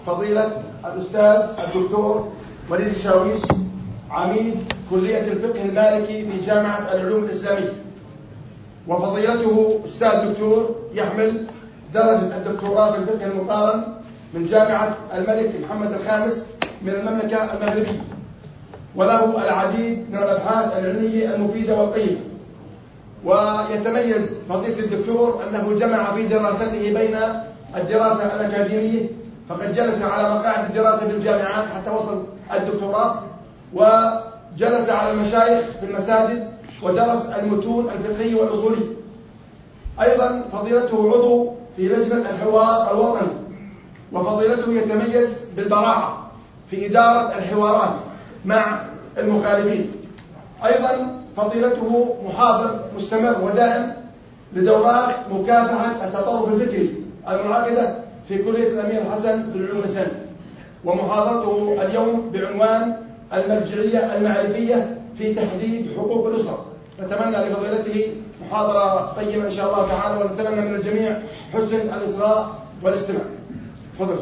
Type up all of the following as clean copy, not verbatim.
فضيلة الأستاذ الدكتور وليد الشاويش، عميد كلية الفقه المالكي في جامعة العلوم الإسلامية، وفضيلته أستاذ دكتور يحمل درجة الدكتوراه في الفقه المقارن من جامعة الملك محمد الخامس من المملكة المغربية، وله العديد من الأبحاث العلمية المفيدة والقيمة. ويتميز فضيلة الدكتور أنه جمع في دراسته بين الدراسة الأكاديمية، فقد جلس على مقاعد الدراسة في الجامعات حتى وصل الدكتوراه، وجلس على المشايخ في المساجد ودرس المتون الفقهية والأصولية. أيضا فضيلته عضو في لجنة الحوار الوطني، وفضيلته يتميز بالبراعة في إدارة الحوارات مع المخالفين. أيضا فضيلته محاضر مستمر ودائم لدورات مكافحة التطرف الفكري المنعقدة في كلية الأمير الحسن للعلوم الإسلامية، ومحاضرته اليوم بعنوان المرجعية المعرفية في تحديد حقوق الأسرة. نتمنى لفضيلته محاضرة طيبة إن شاء الله تعالى، ونتمنى من الجميع حسن الإصغاء والاستماع. تفضل.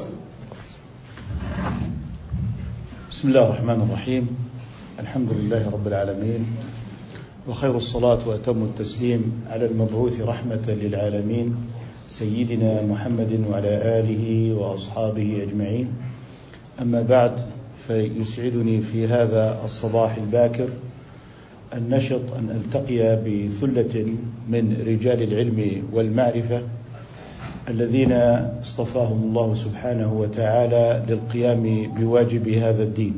بسم الله الرحمن الرحيم. الحمد لله رب العالمين، وخير الصلاة وأتم التسليم على المبعوث رحمة للعالمين سيدنا محمد وعلى آله وأصحابه أجمعين. أما بعد، فيسعدني في هذا الصباح الباكر النشط أن ألتقي بثلة من رجال العلم والمعرفة الذين اصطفاهم الله سبحانه وتعالى للقيام بواجب هذا الدين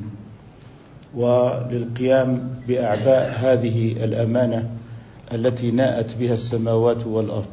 وللقيام بأعباء هذه الأمانة التي ناءت بها السماوات والأرض.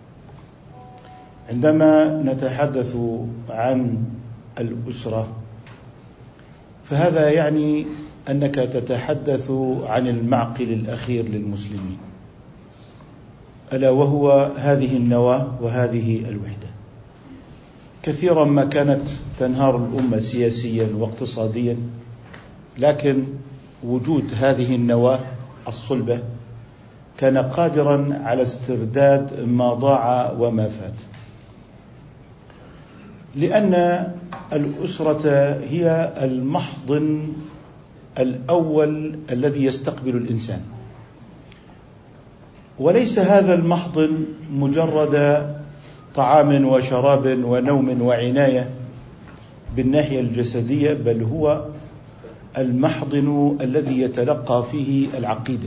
عندما نتحدث عن الأسرة، فهذا يعني أنك تتحدث عن المعقل الأخير للمسلمين، ألا وهو هذه النواة وهذه الوحدة. كثيرا ما كانت تنهار الأمة سياسيا واقتصاديا، لكن وجود هذه النواة الصلبة كان قادرا على استرداد ما ضاع وما فات، لأن الأسرة هي المحضن الأول الذي يستقبل الإنسان، وليس هذا المحضن مجرد طعام وشراب ونوم وعناية بالناحية الجسدية، بل هو المحضن الذي يتلقى فيه العقيدة.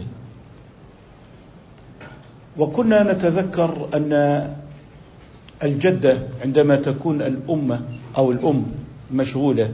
وكنا نتذكر أن الجدة عندما تكون الأمة أو الأم مشغولة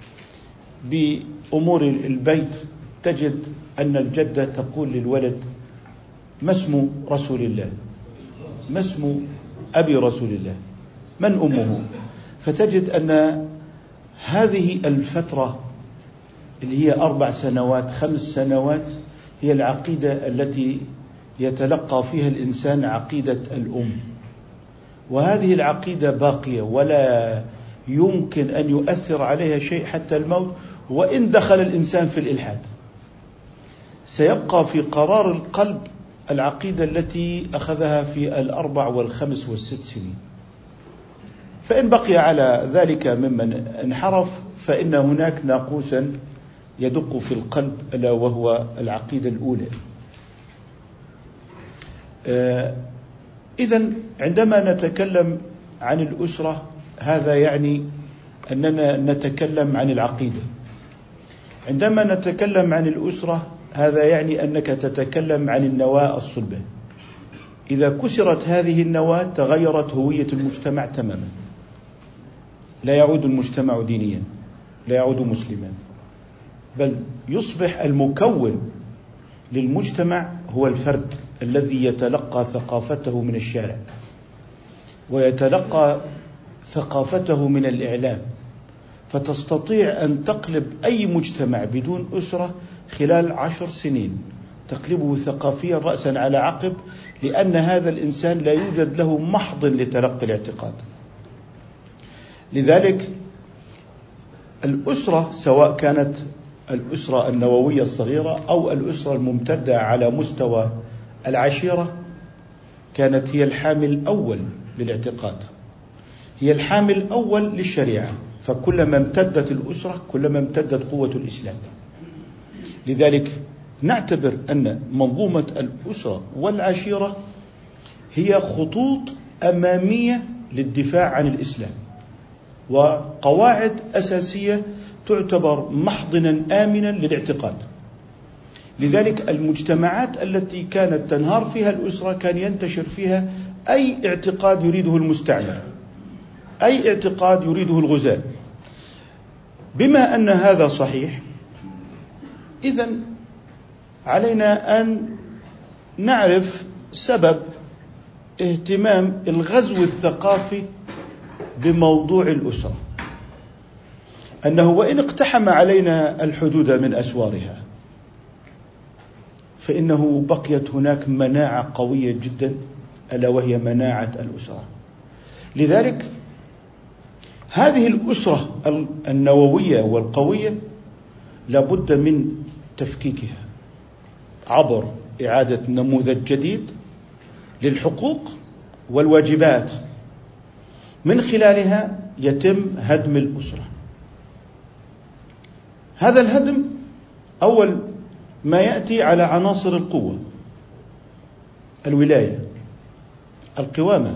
بأمور البيت، تجد أن الجدة تقول للولد: ما اسم رسول الله؟ ما اسم أبي رسول الله؟ من أمه؟ فتجد أن هذه الفترة اللي هي 4 سنوات 5 سنوات هي العقيدة التي يتلقى فيها الإنسان عقيدة الأم، وهذه العقيدة باقية ولا يمكن أن يؤثر عليها شيء حتى الموت. وإن دخل الإنسان في الإلحاد، سيبقى في قرار القلب العقيدة التي أخذها في 4 و5 و6 سنين. فإن بقي على ذلك ممن انحرف، فإن هناك ناقوسا يدق في القلب، ألا وهو العقيدة الأولى. إذن عندما نتكلم عن الأسرة، هذا يعني أننا نتكلم عن العقيدة. عندما نتكلم عن الأسرة، هذا يعني أنك تتكلم عن النواة الصلبة. إذا كسرت هذه النواة تغيرت هوية المجتمع تماما، لا يعود المجتمع دينيا، لا يعود مسلما، بل يصبح المكون للمجتمع هو الفرد الذي يتلقى ثقافته من الشارع ويتلقى ثقافته من الإعلام. فتستطيع أن تقلب أي مجتمع بدون أسرة خلال 10 سنين، تقلبه ثقافيا رأسا على عقب، لأن هذا الإنسان لا يوجد له محضن لتلقي الاعتقاد. لذلك الأسرة، سواء كانت الأسرة النووية الصغيرة أو الأسرة الممتدة على مستوى العشيرة، كانت هي الحامل الأول للاعتقاد. هي الحامل الأول للشريعة، فكلما امتدت الأسرة كلما امتدت قوة الإسلام. لذلك نعتبر أن منظومة الأسرة والعشيرة هي خطوط أمامية للدفاع عن الإسلام، وقواعد أساسية تعتبر محضنا آمنا للاعتقاد. لذلك المجتمعات التي كانت تنهار فيها الأسرة كان ينتشر فيها أي اعتقاد يريده المستعمر، أي اعتقاد يريده الغزاة. بما أن هذا صحيح، إذن علينا أن نعرف سبب اهتمام الغزو الثقافي بموضوع الأسرة، أنه وإن اقتحم علينا الحدود من أسوارها فإنه بقيت هناك مناعة قوية جدا، ألا وهي مناعة الأسرة. لذلك هذه الأسرة النووية والقوية لابد من تفكيكها عبر إعادة نموذج جديد للحقوق والواجبات، من خلالها يتم هدم الأسرة. هذا الهدم أول ما يأتي على عناصر القوة: الولاية، القوامة.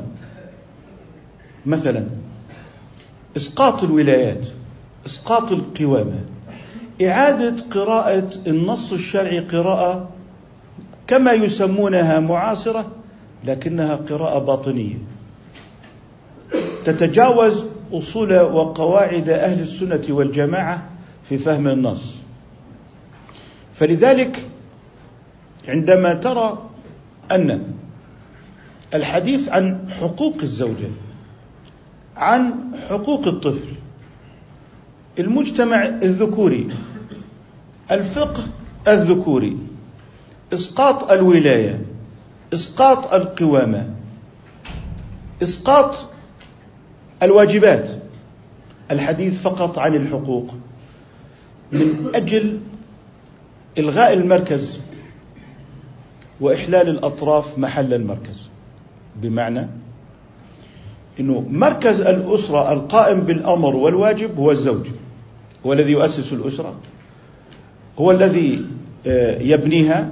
مثلا إسقاط الولايات، إسقاط القوامة، إعادة قراءة النص الشرعي قراءة كما يسمونها معاصرة، لكنها قراءة باطنية تتجاوز أصول وقواعد أهل السنة والجماعة في فهم النص. فلذلك عندما ترى أن الحديث عن حقوق الزوجة، عن حقوق الطفل، المجتمع الذكوري، الفقه الذكوري، إسقاط الولاية، إسقاط القوامة، إسقاط الواجبات، الحديث فقط عن الحقوق من أجل إلغاء المركز وإحلال الأطراف محل المركز. بمعنى أنه مركز الأسرة القائم بالأمر والواجب هو الزوج، هو الذي يؤسس الأسرة، هو الذي يبنيها،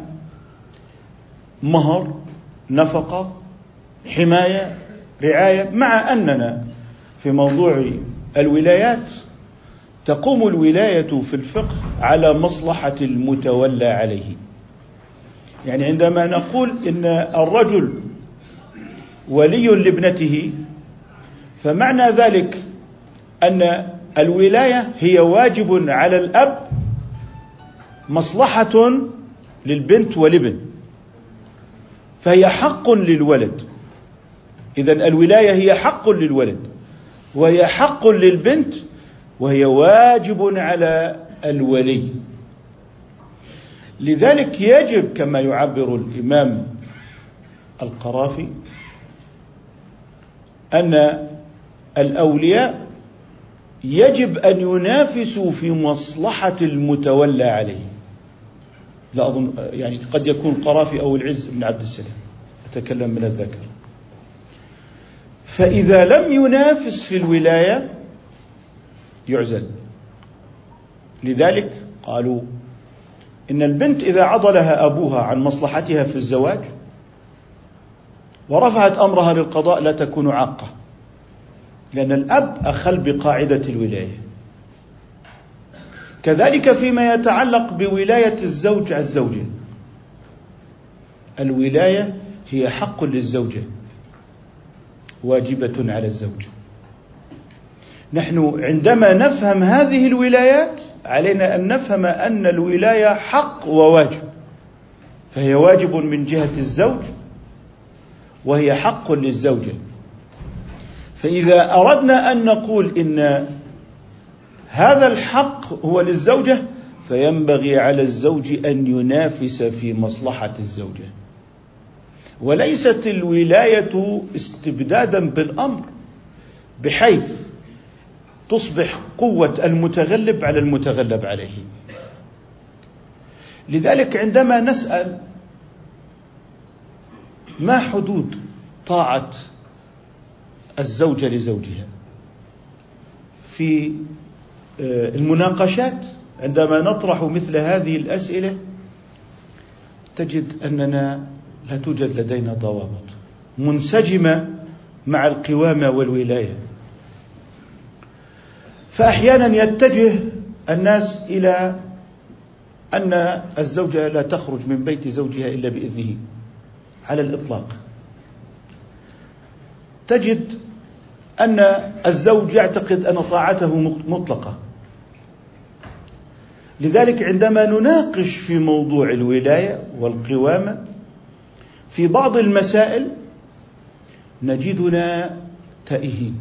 مهر، نفقة، حماية، رعاية. مع أننا في موضوع الولايات تقوم الولاية في الفقه على مصلحة المتولى عليه. يعني عندما نقول إن الرجل ولي لابنته، فمعنى ذلك أن الولاية هي واجب على الأب، مصلحة للبنت والابن، فهي حق للولد. إذن الولاية هي حق للولد وهي حق للبنت وهي واجب على الولي. لذلك يجب كما يعبر الإمام القرافي أن الأولياء يجب أن ينافسوا في مصلحة المتولى عليه. لا أظن يعني قد يكون قرافي أو العز بن عبد السلام، أتكلم من الذكر. فإذا لم ينافس في الولاية يعزل. لذلك قالوا إن البنت إذا عضلها أبوها عن مصلحتها في الزواج ورفعت أمرها للقضاء لا تكون عاقة، لأن الأب أخل بقاعدة الولاية. كذلك فيما يتعلق بولاية الزوج على الزوجة، الولاية هي حق للزوجة واجبة على الزوج. نحن عندما نفهم هذه الولايات علينا أن نفهم أن الولاية حق وواجب، فهي واجب من جهة الزوج وهي حق للزوجة. فإذا أردنا أن نقول إن هذا الحق هو للزوجة، فينبغي على الزوج أن ينافس في مصلحة الزوجة، وليست الولاية استبدادا بالأمر بحيث تصبح قوة المتغلب على المتغلب عليه. لذلك عندما نسأل ما حدود طاعة الزوجة لزوجها، في المناقشات عندما نطرح مثل هذه الأسئلة تجد أننا لا توجد لدينا ضوابط منسجمة مع القوامة والولاية. فأحيانا يتجه الناس إلى أن الزوجة لا تخرج من بيت زوجها إلا بإذنه على الإطلاق. تجد أن الزوج يعتقد أن طاعته مطلقة. لذلك عندما نناقش في موضوع الولاية والقوامة في بعض المسائل نجدنا تائهين.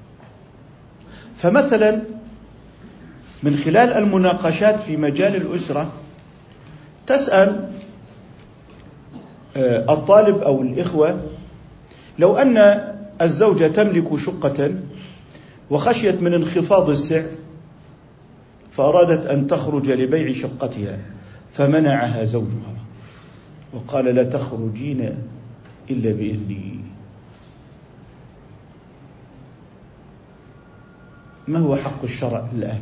فمثلا من خلال المناقشات في مجال الأسرة تسأل الطالب أو الإخوة: لو أن الزوجة تملك شقة وخشيت من انخفاض السعر فأرادت أن تخرج لبيع شقتها فمنعها زوجها وقال: لا تخرجين إلا بإذني، ما هو حق الشرع الآن؟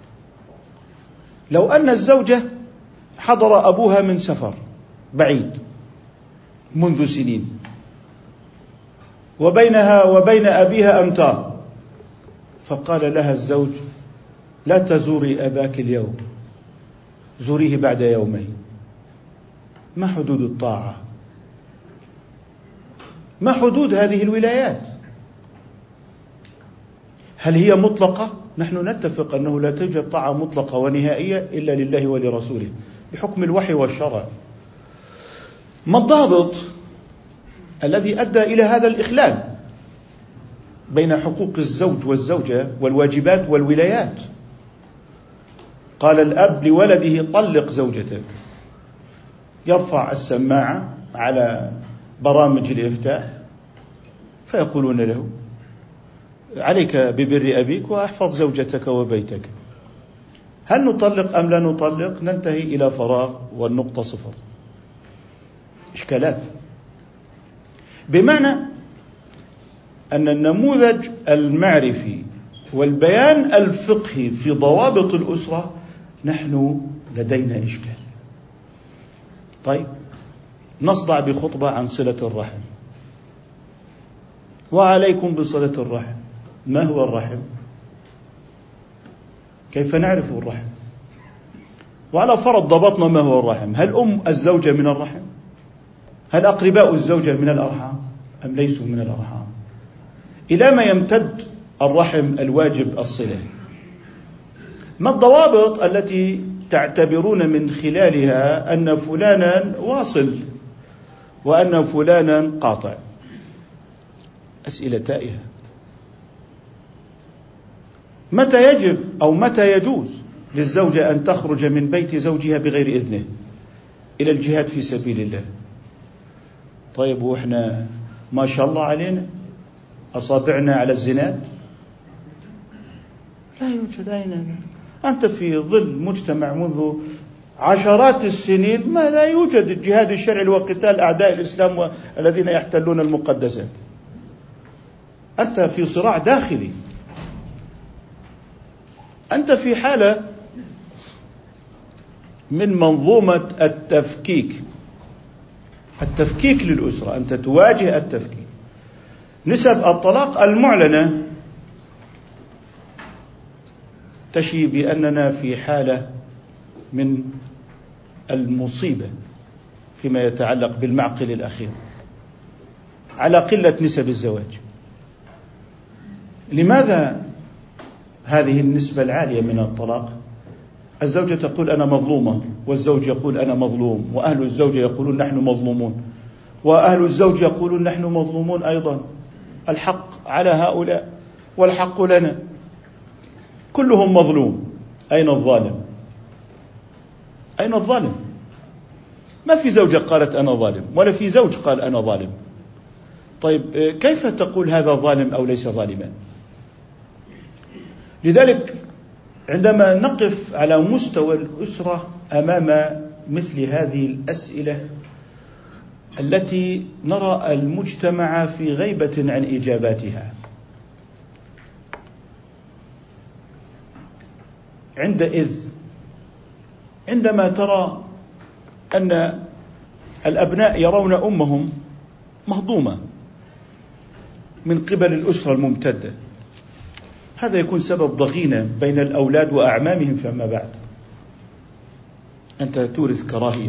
لو أن الزوجة حضر أبوها من سفر بعيد منذ سنين وبينها وبين أبيها أمتار، فقال لها الزوج: لا تزوري أباك اليوم، زوريه بعد يومين، ما حدود الطاعة؟ ما حدود هذه الولايات؟ هل هي مطلقة؟ نحن نتفق أنه لا توجد طاعة مطلقة ونهائية إلا لله ولرسوله بحكم الوحي والشرع. ما الضابط الذي أدى إلى هذا الإخلال بين حقوق الزوج والزوجة والواجبات والولايات؟ قال الأب لولده: طلق زوجتك. يرفع السماعة على برامج الإفتاء فيقولون له: عليك ببر أبيك واحفظ زوجتك وبيتك. هل نطلق أم لا نطلق؟ ننتهي إلى فراغ والنقطة صفر. إشكالات. بمعنى أن النموذج المعرفي والبيان الفقهي في ضوابط الأسرة نحن لدينا إشكال. طيب، نصدع بخطبة عن صلة الرحم، وعليكم بصلة الرحم. ما هو الرحم؟ كيف نعرف الرحم؟ وعلى فرض ضبطنا ما هو الرحم، هل الزوجة من الرحم؟ هل أقرباء الزوجة من الأرحام أم ليسوا من الأرحام؟ إلى ما يمتد الرحم الواجب الصلة؟ ما الضوابط التي تعتبرون من خلالها أن فلانا واصل وأن فلانا قاطع؟ أسئلة تائهة. متى يجب أو متى يجوز للزوجة أن تخرج من بيت زوجها بغير إذنه إلى الجهاد في سبيل الله؟ طيب، وإحنا ما شاء الله علينا أصابعنا على الزناد؟ لا يوجد. أين أنت في ظل مجتمع منذ عشرات السنين ما لا يوجد الجهاد الشرعي وقتال أعداء الإسلام والذين يحتلون المقدسات؟ أنت في صراع داخلي، أنت في حالة من منظومة التفكيك للأسرة، أنت تواجه التفكيك. نسب الطلاق المعلنة تشي بأننا في حالة من المصيبة فيما يتعلق بالمعقل الأخير على قلة نسب الزواج. لماذا هذه النسبة العالية من الطلاق؟ الزوجة تقول أنا مظلومة، والزوج يقول أنا مظلوم، وأهل الزوجة يقولون نحن مظلومون، وأهل الزوج يقولون نحن مظلومون أيضا. الحق على هؤلاء والحق لنا، كلهم مظلوم. أين الظالم؟ أين الظالم؟ ما في زوجة قالت أنا ظالم، ولا في زوج قال أنا ظالم. طيب، كيف تقول هذا ظالم أو ليس ظالما؟ لذلك عندما نقف على مستوى الأسرة أمام مثل هذه الأسئلة التي نرى المجتمع في غيبة عن إجاباتها، عندما ترى أن الأبناء يرون أمهم مهضومة من قبل الأسرة الممتدة، هذا يكون سبب ضغينة بين الأولاد وأعمامهم فما بعد. أنت تورث كراهية.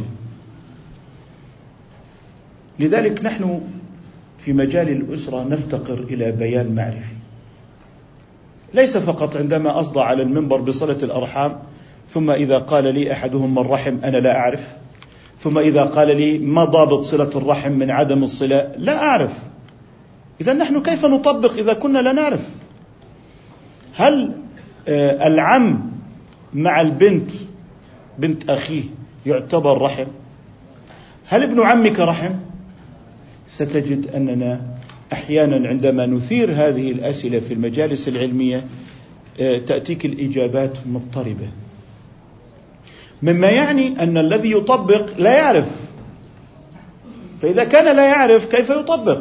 لذلك نحن في مجال الأسرة نفتقر إلى بيان معرفي، ليس فقط عندما أصدع على المنبر بصلة الأرحام، ثم إذا قال لي أحدهم من رحم أنا لا أعرف، ثم إذا قال لي ما ضابط صلة الرحم من عدم الصلة لا أعرف. إذا نحن كيف نطبق إذا كنا لا نعرف؟ هل العم مع البنت بنت أخيه يعتبر رحم؟ هل ابن عمك رحم؟ ستجد أننا أحيانا عندما نثير هذه الأسئلة في المجالس العلمية تأتيك الإجابات مضطربة، مما يعني أن الذي يطبق لا يعرف. فإذا كان لا يعرف كيف يطبق؟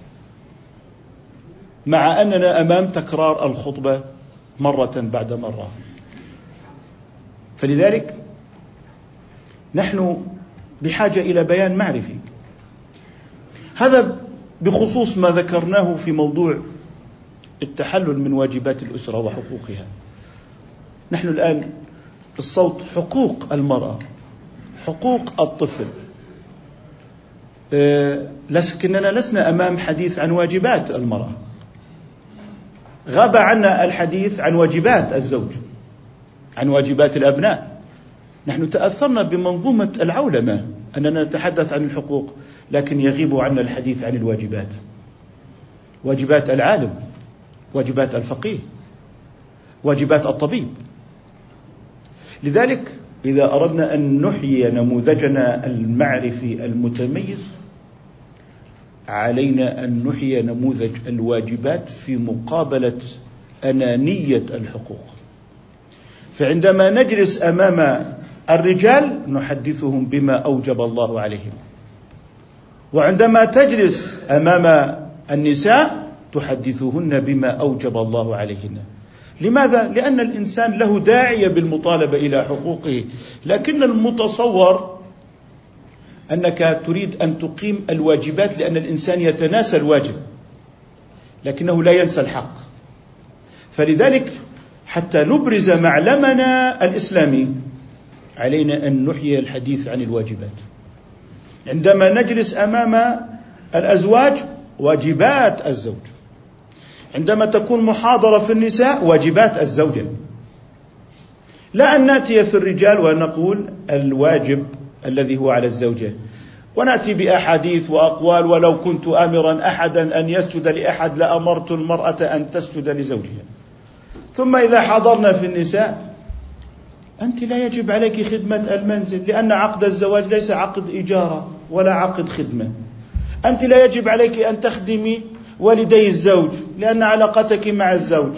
مع أننا أمام تكرار الخطبة مرة بعد مرة. فلذلك نحن بحاجة إلى بيان معرفي. هذا بخصوص ما ذكرناه في موضوع التحلل من واجبات الأسرة وحقوقها. نحن الآن الصوت حقوق المرأة، حقوق الطفل، لكننا لسنا أمام حديث عن واجبات المرأة. غاب عنا الحديث عن واجبات الزوج، عن واجبات الأبناء. نحن تأثرنا بمنظومة العولمة أننا نتحدث عن الحقوق، لكن يغيب عنا الحديث عن الواجبات، واجبات العالم، واجبات الفقيه، واجبات الطبيب. لذلك إذا أردنا أن نحيي نموذجنا المعرفي المتميز علينا أن نحيي نموذج الواجبات في مقابلة أنانية الحقوق. فعندما نجلس أمام الرجال نحدثهم بما أوجب الله عليهم، وعندما تجلس أمام النساء تحدثهن بما أوجب الله عليهن. لماذا؟ لأن الإنسان له داعية بالمطالبة إلى حقوقه، لكن المتصور أنك تريد أن تقيم الواجبات لأن الإنسان يتناسى الواجب لكنه لا ينسى الحق. فلذلك حتى نبرز معلمنا الإسلامي علينا أن نحيي الحديث عن الواجبات. عندما نجلس أمام الأزواج واجبات الزوج، عندما تكون محاضرة في النساء واجبات الزوجة. لا أن نأتي في الرجال ونقول الواجب الذي هو على الزوجة، ونأتي بأحاديث وأقوال ولو كنت آمرا أحدا أن يسجد لأحد لأمرت المرأة أن تسجد لزوجها. ثم إذا حضرنا في النساء أنت لا يجب عليك خدمة المنزل لأن عقد الزواج ليس عقد إجارة ولا عقد خدمة. أنت لا يجب عليك أن تخدمي والدي الزوج لأن علاقتك مع الزوج.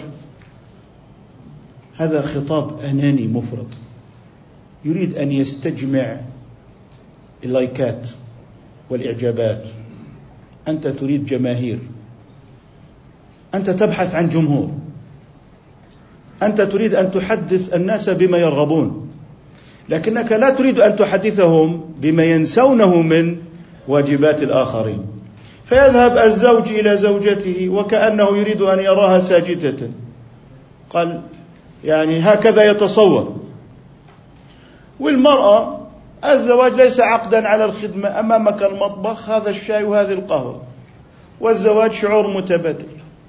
هذا خطاب أناني مفرط يريد أن يستجمع اللايكات والإعجابات. أنت تريد جماهير، أنت تبحث عن جمهور، أنت تريد أن تحدث الناس بما يرغبون، لكنك لا تريد أن تحدثهم بما ينسونه من واجبات الآخرين. فيذهب الزوج إلى زوجته وكأنه يريد أن يراها ساجدة، قال يعني هكذا يتصور. والمرأة الزواج ليس عقدا على الخدمة، أمامك المطبخ هذا الشاي وهذه القهوة، والزواج شعور متبادل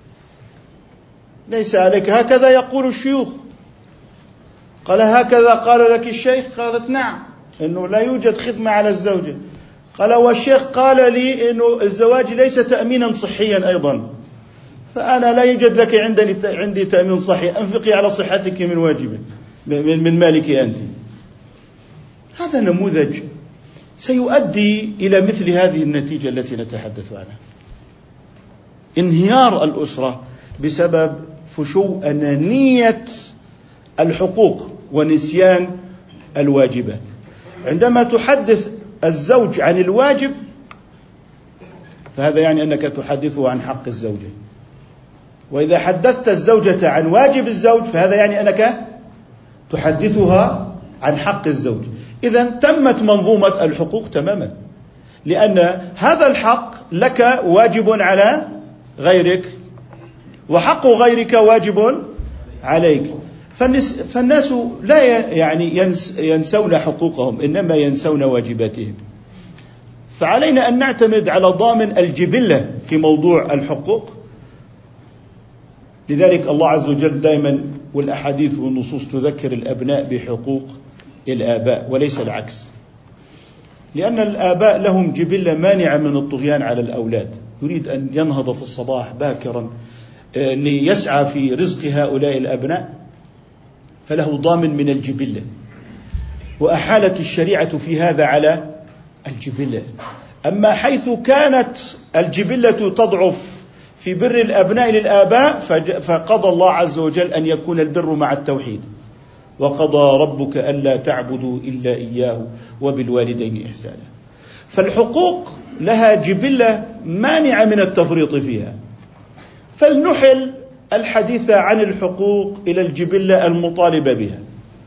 ليس عليك. هكذا يقول الشيوخ. قال هكذا قال لك الشيخ؟ قالت نعم، إنه لا يوجد خدمة على الزوجة. قال والشيخ قال لي إنه الزواج ليس تأمينا صحيا أيضا، فأنا لا يوجد لك عندي تأمين صحي، أنفقي على صحتك من واجبك من مالك أنت. هذا نموذج سيؤدي إلى مثل هذه النتيجة التي نتحدث عنها، انهيار الأسرة بسبب فشو أنانية الحقوق ونسيان الواجبات. عندما تحدث الزوج عن الواجب فهذا يعني أنك تحدثه عن حق الزوجة، وإذا حدثت الزوجة عن واجب الزوج فهذا يعني أنك تحدثها عن حق الزوج. إذن تمت منظومة الحقوق تماما، لأن هذا الحق لك واجب على غيرك، وحق غيرك واجب عليك. فالناس لا ينسون حقوقهم، إنما ينسون واجباتهم. فعلينا أن نعتمد على ضامن الجبلة في موضوع الحقوق. لذلك الله عز وجل دائما والأحاديث والنصوص تذكر الأبناء بحقوق الآباء وليس العكس، لأن الآباء لهم جبلة مانعة من الطغيان على الأولاد. يريد أن ينهض في الصباح باكرا ليسعى في رزق هؤلاء الأبناء، فله ضامن من الجبلة، وأحالت الشريعة في هذا على الجبلة. أما حيث كانت الجبلة تضعف في بر الأبناء للآباء، فقضى الله عز وجل أن يكون البر مع التوحيد: وقضى ربك ألا تعبدوا إلا إياه وبالوالدين إحسانا. فالحقوق لها جبلة مانعة من التفريط فيها، فلنحل الحديث عن الحقوق إلى الجبلة المطالبة بها.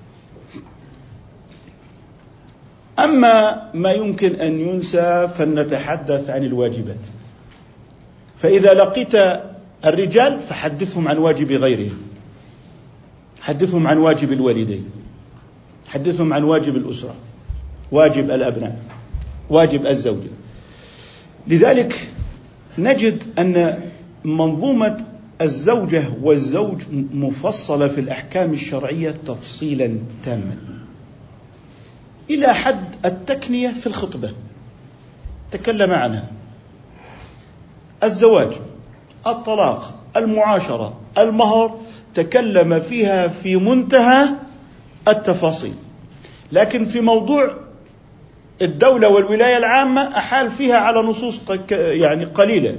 أما ما يمكن أن ينسى فلنتحدث عن الواجبات. فإذا لقيت الرجال فحدثهم عن واجب غيرهم، حدثهم عن واجب الوالدين، حدثهم عن واجب الأسرة، واجب الأبناء، واجب الزوجة. لذلك نجد أن منظومة الزوجة والزوج مفصلة في الأحكام الشرعية تفصيلا تاما، إلى حد التكنية في الخطبة تكلم عنها، الزواج، الطلاق، المعاشرة، المهر، تكلم فيها في منتهى التفاصيل. لكن في موضوع الدولة والولاية العامة أحال فيها على نصوص قليلة: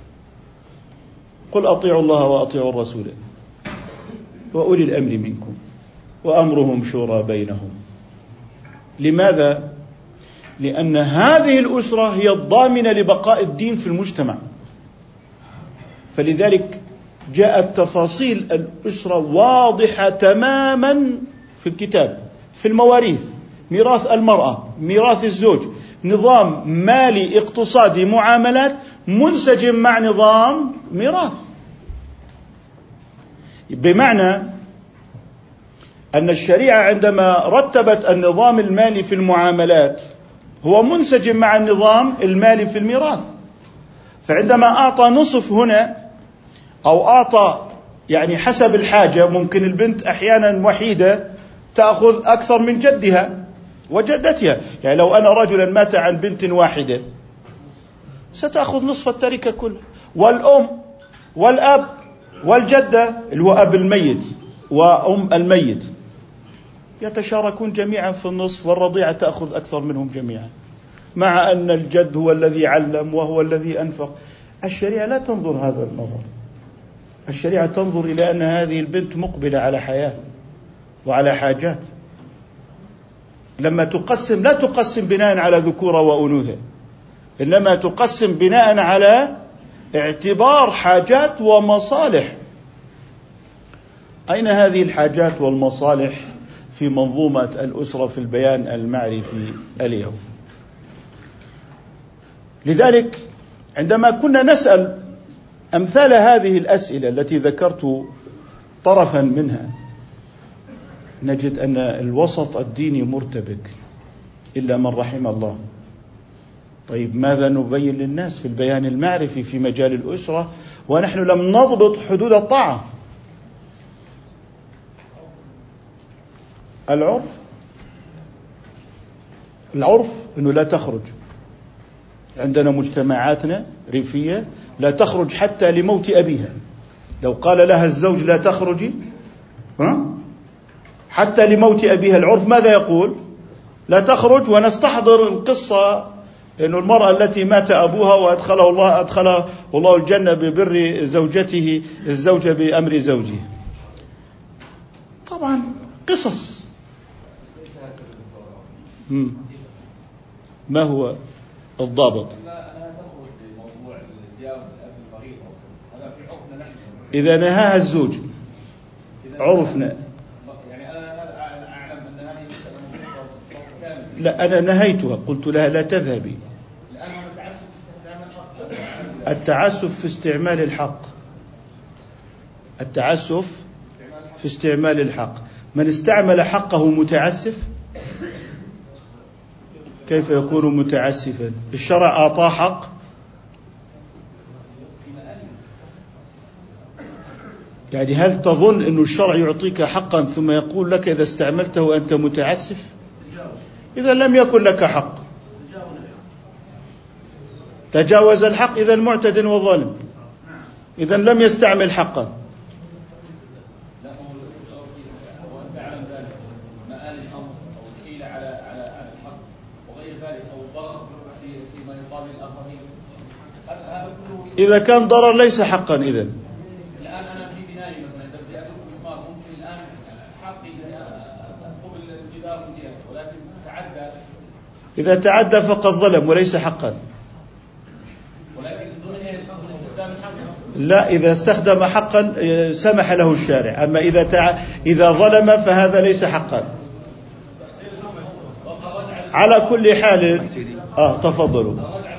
قل أطيعوا الله وأطيعوا الرسول وأولي الأمر منكم وأمرهم شورى بينهم. لماذا؟ لأن هذه الأسرة هي الضامنة لبقاء الدين في المجتمع. فلذلك جاءت تفاصيل الأسرة واضحة تماما في الكتاب، في المواريث، ميراث المرأة، ميراث الزوج، نظام مالي اقتصادي معاملات منسجم مع نظام ميراث. بمعنى أن الشريعة عندما رتبت النظام المالي في المعاملات هو منسجم مع النظام المالي في الميراث. فعندما أعطى نصف هنا أو أعطى حسب الحاجة، ممكن البنت أحيانا وحيدة تأخذ أكثر من جدها وجدتها. لو أنا رجلا مات عن بنت واحدة ستأخذ نصف التركة كلها، والأم والأب والجدة اللي هو أب الميت وأم الميت يتشاركون جميعا في النصف، والرضيعة تأخذ أكثر منهم جميعا، مع أن الجد هو الذي علم وهو الذي أنفق. الشريعة لا تنظر هذا النظر. الشريعة تنظر إلى أن هذه البنت مقبلة على حياة وعلى حاجات. لما تقسم لا تقسم بناء على ذكورة وأنوثة، إنما تقسم بناء على اعتبار حاجات ومصالح. أين هذه الحاجات والمصالح في منظومة الأسرة في البيان المعرفي اليوم؟ لذلك عندما كنا نسأل أمثال هذه الأسئلة التي ذكرت طرفا منها، نجد أن الوسط الديني مرتبك إلا من رحم الله. طيب ماذا نبين للناس في البيان المعرفي في مجال الأسرة ونحن لم نضبط حدود الطاعة؟ العرف أنه لا تخرج. عندنا مجتمعاتنا ريفية لا تخرج حتى لموت أبيها. لو قال لها الزوج لا تخرجي حتى لموت أبيها، العرف ماذا يقول؟ لا تخرج. ونستحضر القصة إنه المرأة التي مات أبوها وأدخله الله الجنة ببر زوجته الزوجة بأمر زوجه. طبعا قصص. ما هو الضابط؟ إذا نهاها الزوج عرفنا. لا، أنا نهيتها، قلت لها لا تذهبي. الآن هو التعسف في استخدام الحق. التعسف في استعمال الحق، التعسف في استعمال الحق. من استعمل حقه متعسف كيف يكون متعسفا؟ الشرع أعطاه حق، يعني هل تظن أن الشرع يعطيك حقا ثم يقول لك إذا استعملته أنت متعسف؟ إذا لم يكن لك حق تجاوز الحق، إذا معتد وظالم، إذا لم يستعمل حقا. إذا كان ضرر ليس حقا. إذن الآن أنا في بناية مثلا بدي أدق مسمار، ممكن الآن حقي أطلب الجدار من جهة، ولكن تعدى. إذا تعدى فقد ظلم وليس حقا. ولكن ضمن استخدام الحق. لا، إذا استخدم حقا سمح له الشارع، أما إذا ظلم فهذا ليس حقا. على كل حال تفضلوا.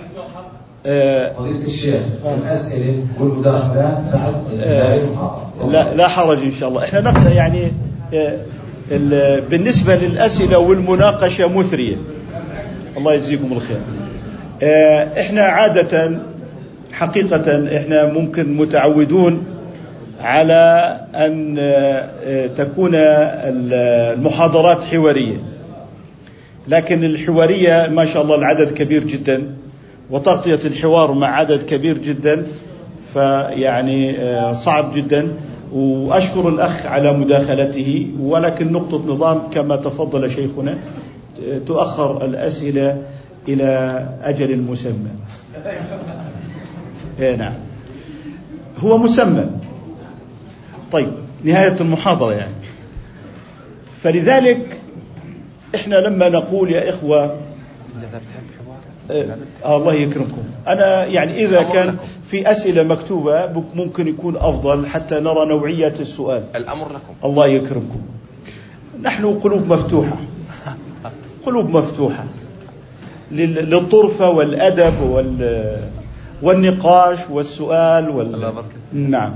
فضيلة الشيخ، الأسئلة والمداخلات بعد لا حرج إن شاء الله. إحنا نقرأ يعني بالنسبة للأسئلة والمناقشة مثرية، الله يجزيكم الخير. إحنا عادة حقيقة إحنا ممكن متعودون على أن تكون المحاضرات حوارية، لكن الحوارية ما شاء الله العدد كبير جدا، وتغطية الحوار مع عدد كبير جدا فيعني صعب جدا. وأشكر الأخ على مداخلته، ولكن نقطة نظام كما تفضل شيخنا، تؤخر الأسئلة إلى أجل مسمى. نعم، هو مسمى. طيب، نهاية المحاضرة يعني. فلذلك إحنا لما نقول يا إخوة الله يكرمكم، أنا يعني إذا كان في أسئلة مكتوبة ممكن يكون أفضل حتى نرى نوعية السؤال. الأمر لكم. الله يكرمكم. نحن قلوب مفتوحة، قلوب مفتوحة للطرفة والأدب والنقاش والسؤال نعم.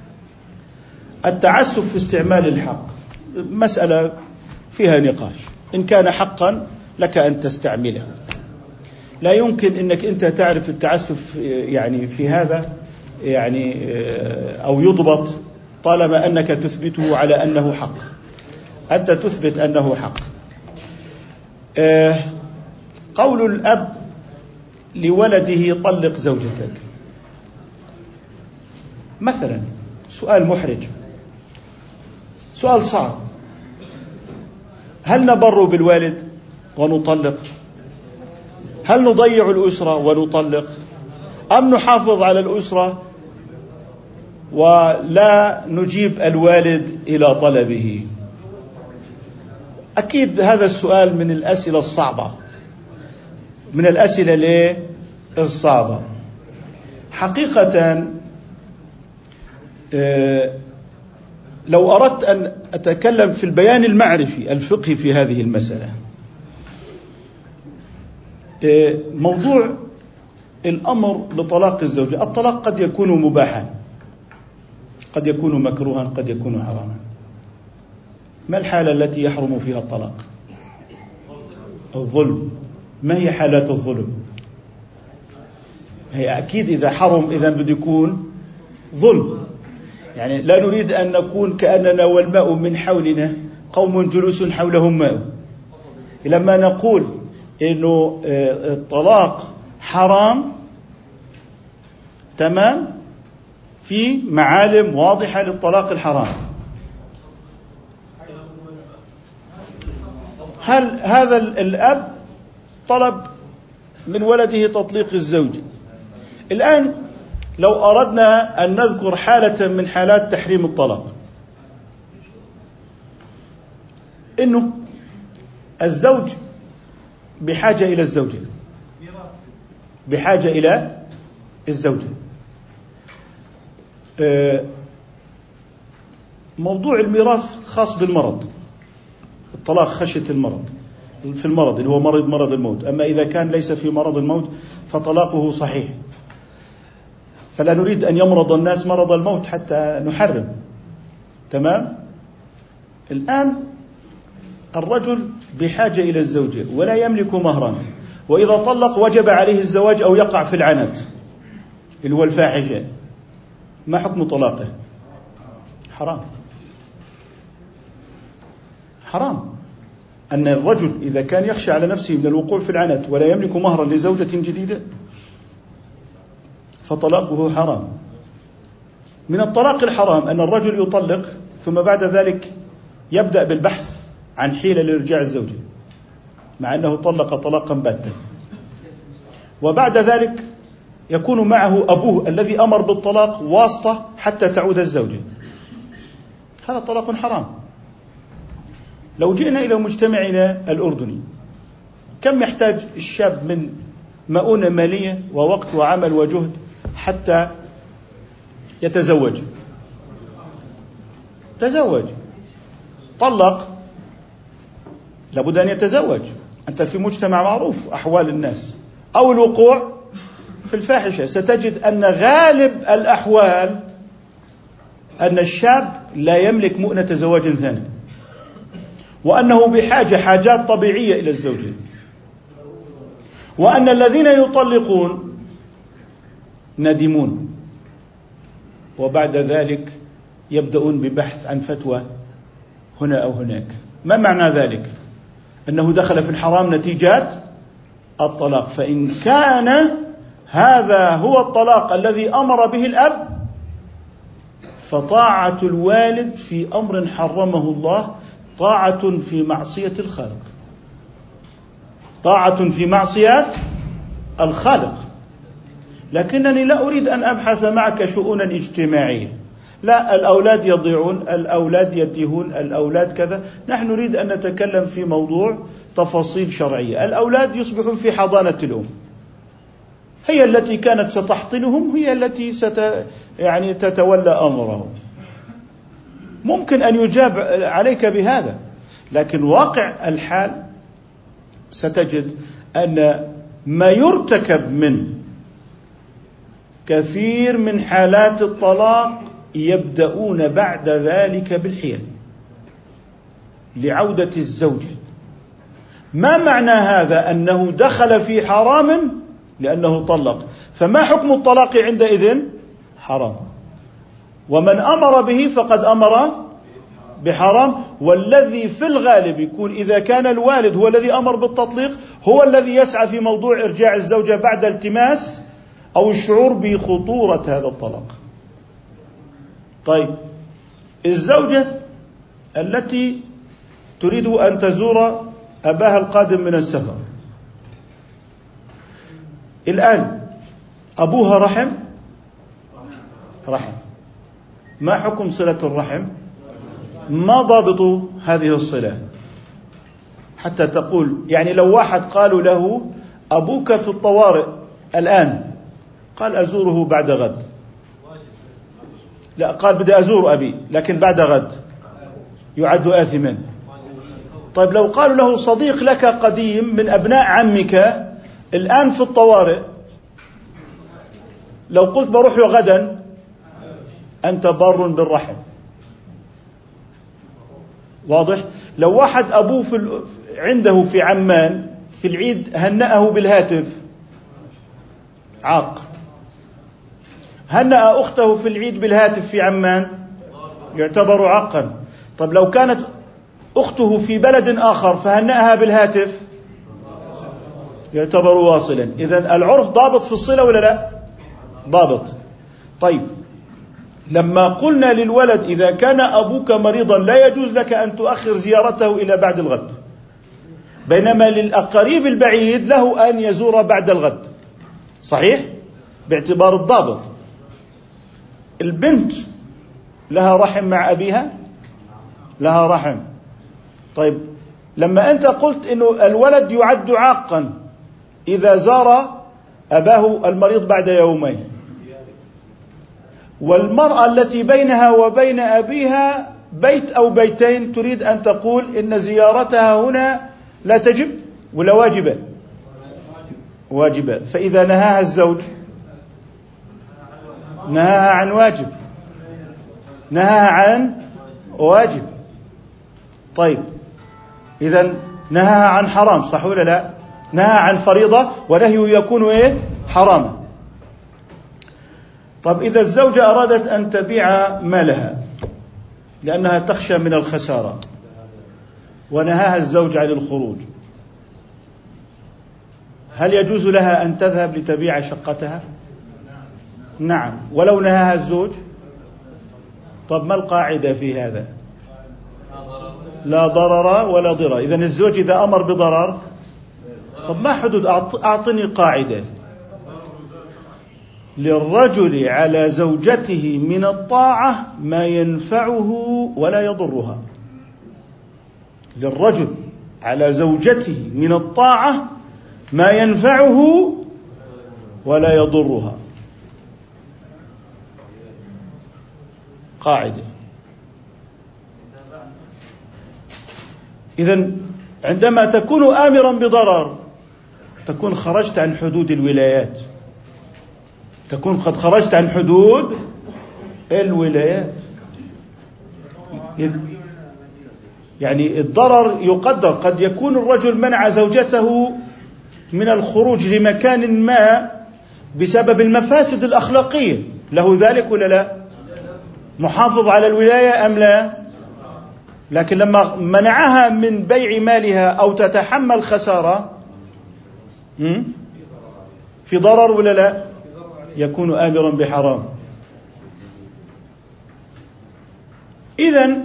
التعسف في استعمال الحق مسألة فيها نقاش. إن كان حقا لك أن تستعمله، لا يمكن أنك أنت تعرف التعسف يعني في هذا يعني أو يضبط طالما أنك تثبته على أنه حق. أنت تثبت أنه حق. قول الأب لولده طلق زوجتك مثلا، سؤال محرج، سؤال صعب. هل نبر بالوالد ونطلق؟ هل نضيع الأسرة ونطلق؟ أم نحافظ على الأسرة ولا نجيب الوالد إلى طلبه؟ أكيد هذا السؤال من الأسئلة الصعبة، من الأسئلة الصعبة حقيقة. لو أردت أن أتكلم في البيان المعرفي الفقهي في هذه المسألة، موضوع الأمر بطلاق الزوجة، الطلاق قد يكون مباحا، قد يكون مكروها، قد يكون حراما. ما الحالة التي يحرم فيها الطلاق؟ الظلم. ما هي حالات الظلم؟ هي أكيد إذا حرم إذا بده يكون ظلم. يعني لا نريد أن نكون كأننا والماء من حولنا قوم جلوس حولهم ماء. لما نقول إنه الطلاق حرام تمام، في معالم واضحة للطلاق الحرام. هل هذا الأب طلب من ولده تطليق الزوج؟ الآن لو أردنا أن نذكر حالة من حالات تحريم الطلاق، إنه الزوج بحاجة إلى الزوجة، بحاجة إلى الزوجة. موضوع الميراث خاص بالمرض، الطلاق خشية المرض. في المرض اللي هو مرض الموت. أما إذا كان ليس في مرض الموت فطلاقه صحيح. فلا نريد أن يمرض الناس مرض الموت حتى نحرم. تمام. الآن الرجل بحاجة إلى الزوجة ولا يملك مهرا، وإذا طلق وجب عليه الزواج أو يقع في العنت اللي هو الفاحشة. ما حكم طلاقه؟ حرام. حرام أن الرجل إذا كان يخشى على نفسه من الوقوع في العنت ولا يملك مهرا لزوجة جديدة فطلاقه حرام. من الطلاق الحرام أن الرجل يطلق ثم بعد ذلك يبدأ بالبحث عن حيلة لإرجاع الزوجة مع أنه طلق طلاقا باتا، وبعد ذلك يكون معه أبوه الذي أمر بالطلاق واسطة حتى تعود الزوجة. هذا طلاق حرام. لو جئنا إلى مجتمعنا الأردني، كم يحتاج الشاب من مؤونة مالية ووقت وعمل وجهد حتى يتزوج؟ تزوج، طلق، لابد أن يتزوج. أنت في مجتمع معروف أحوال الناس، أو الوقوع في الفاحشة. ستجد أن غالب الأحوال أن الشاب لا يملك مؤنة زواج ثاني، وأنه بحاجة حاجات طبيعية إلى الزوجة، وأن الذين يطلقون ندمون، وبعد ذلك يبدأون ببحث عن فتوى هنا أو هناك. ما معنى ذلك؟ أنه دخل في الحرام نتيجات الطلاق. فإن كان هذا هو الطلاق الذي أمر به الأب فطاعة الوالد في أمر حرمه الله طاعة في معصية الخالق، طاعة في معصية الخالق. لكنني لا أريد أن أبحث معك شؤونا اجتماعية، لا، الأولاد يضيعون، الأولاد يتيهون، الأولاد كذا. نحن نريد أن نتكلم في موضوع تفاصيل شرعية. الأولاد يصبحون في حضانة الأم، هي التي كانت ستحضنهم، هي التي تتولى أمرهم. ممكن أن يجاب عليك بهذا، لكن واقع الحال ستجد أن ما يرتكب من كثير من حالات الطلاق يبدأون بعد ذلك بالحيل لعودة الزوجة. ما معنى هذا؟ أنه دخل في حرام لأنه طلق. فما حكم الطلاق عندئذ؟ حرام. ومن أمر به فقد أمر بحرام. والذي في الغالب يكون إذا كان الوالد هو الذي أمر بالتطليق، هو الذي يسعى في موضوع إرجاع الزوجة بعد التماس أو الشعور بخطورة هذا الطلاق. طيب، الزوجة التي تريد أن تزور أباها القادم من السفر، الآن أبوها رحم، ما حكم صلة الرحم؟ ما ضابط هذه الصلة حتى تقول؟ يعني لو واحد قالوا له أبوك في الطوارئ الآن، قال أزوره بعد غد، لا، قال بدي أزور أبي لكن بعد غد، يعد آثما. طيب لو قالوا له صديق لك قديم من أبناء عمك الآن في الطوارئ، لو قلت بروح له غدا، أنت بار بالرحم. واضح؟ لو واحد أبوه عنده في عمان في العيد هنأه بالهاتف، عاق. هنأ أخته في العيد بالهاتف في عمان، يعتبر عاقا. طب لو كانت أخته في بلد آخر فهنأها بالهاتف، يعتبر واصلا. إذن العرف ضابط في الصلة ولا لا؟ ضابط. طيب، لما قلنا للولد إذا كان أبوك مريضا لا يجوز لك أن تؤخر زيارته إلى بعد الغد، بينما للأقريب البعيد له أن يزور بعد الغد، صحيح؟ باعتبار الضابط. البنت لها رحم مع أبيها؟ لها رحم. طيب، لما أنت قلت إنه الولد يعد عاقا إذا زار أباه المريض بعد يومين، والمرأة التي بينها وبين أبيها بيت أو بيتين تريد أن تقول إن زيارتها هنا لا تجب ولا واجبة؟ واجبة. فإذا نهاها الزوج نهاها عن واجب، نهاها عن واجب. طيب إذن نهاها عن حرام، صح ولا لا؟ نهاها عن فريضة ونهيه يكون حراما. طب إذا الزوجة أرادت أن تبيع مالها لأنها تخشى من الخسارة ونهاها الزوج عن الخروج، هل يجوز لها أن تذهب لتبيع شقتها؟ نعم، ولو نهاها الزوج. طب ما القاعدة في هذا؟ لا ضرر ولا ضرر. إذن الزوج إذا أمر بضرر، طب ما حدود؟ أعطني قاعدة. للرجل على زوجته من الطاعة ما ينفعه ولا يضرها. للرجل على زوجته من الطاعة ما ينفعه ولا يضرها. قاعدة. إذن عندما تكون آمرا بضرر تكون خرجت عن حدود الولايات، تكون قد خرجت عن حدود الولايات. يعني الضرر يقدر، قد يكون الرجل منع زوجته من الخروج لمكان ما بسبب المفاسد الأخلاقية، له ذلك ولا لا؟ محافظ على الولاية أم لا؟ لكن لما منعها من بيع مالها أو تتحمل خسارة في ضرر ولا لا؟ يكون آمرا بحرام. إذن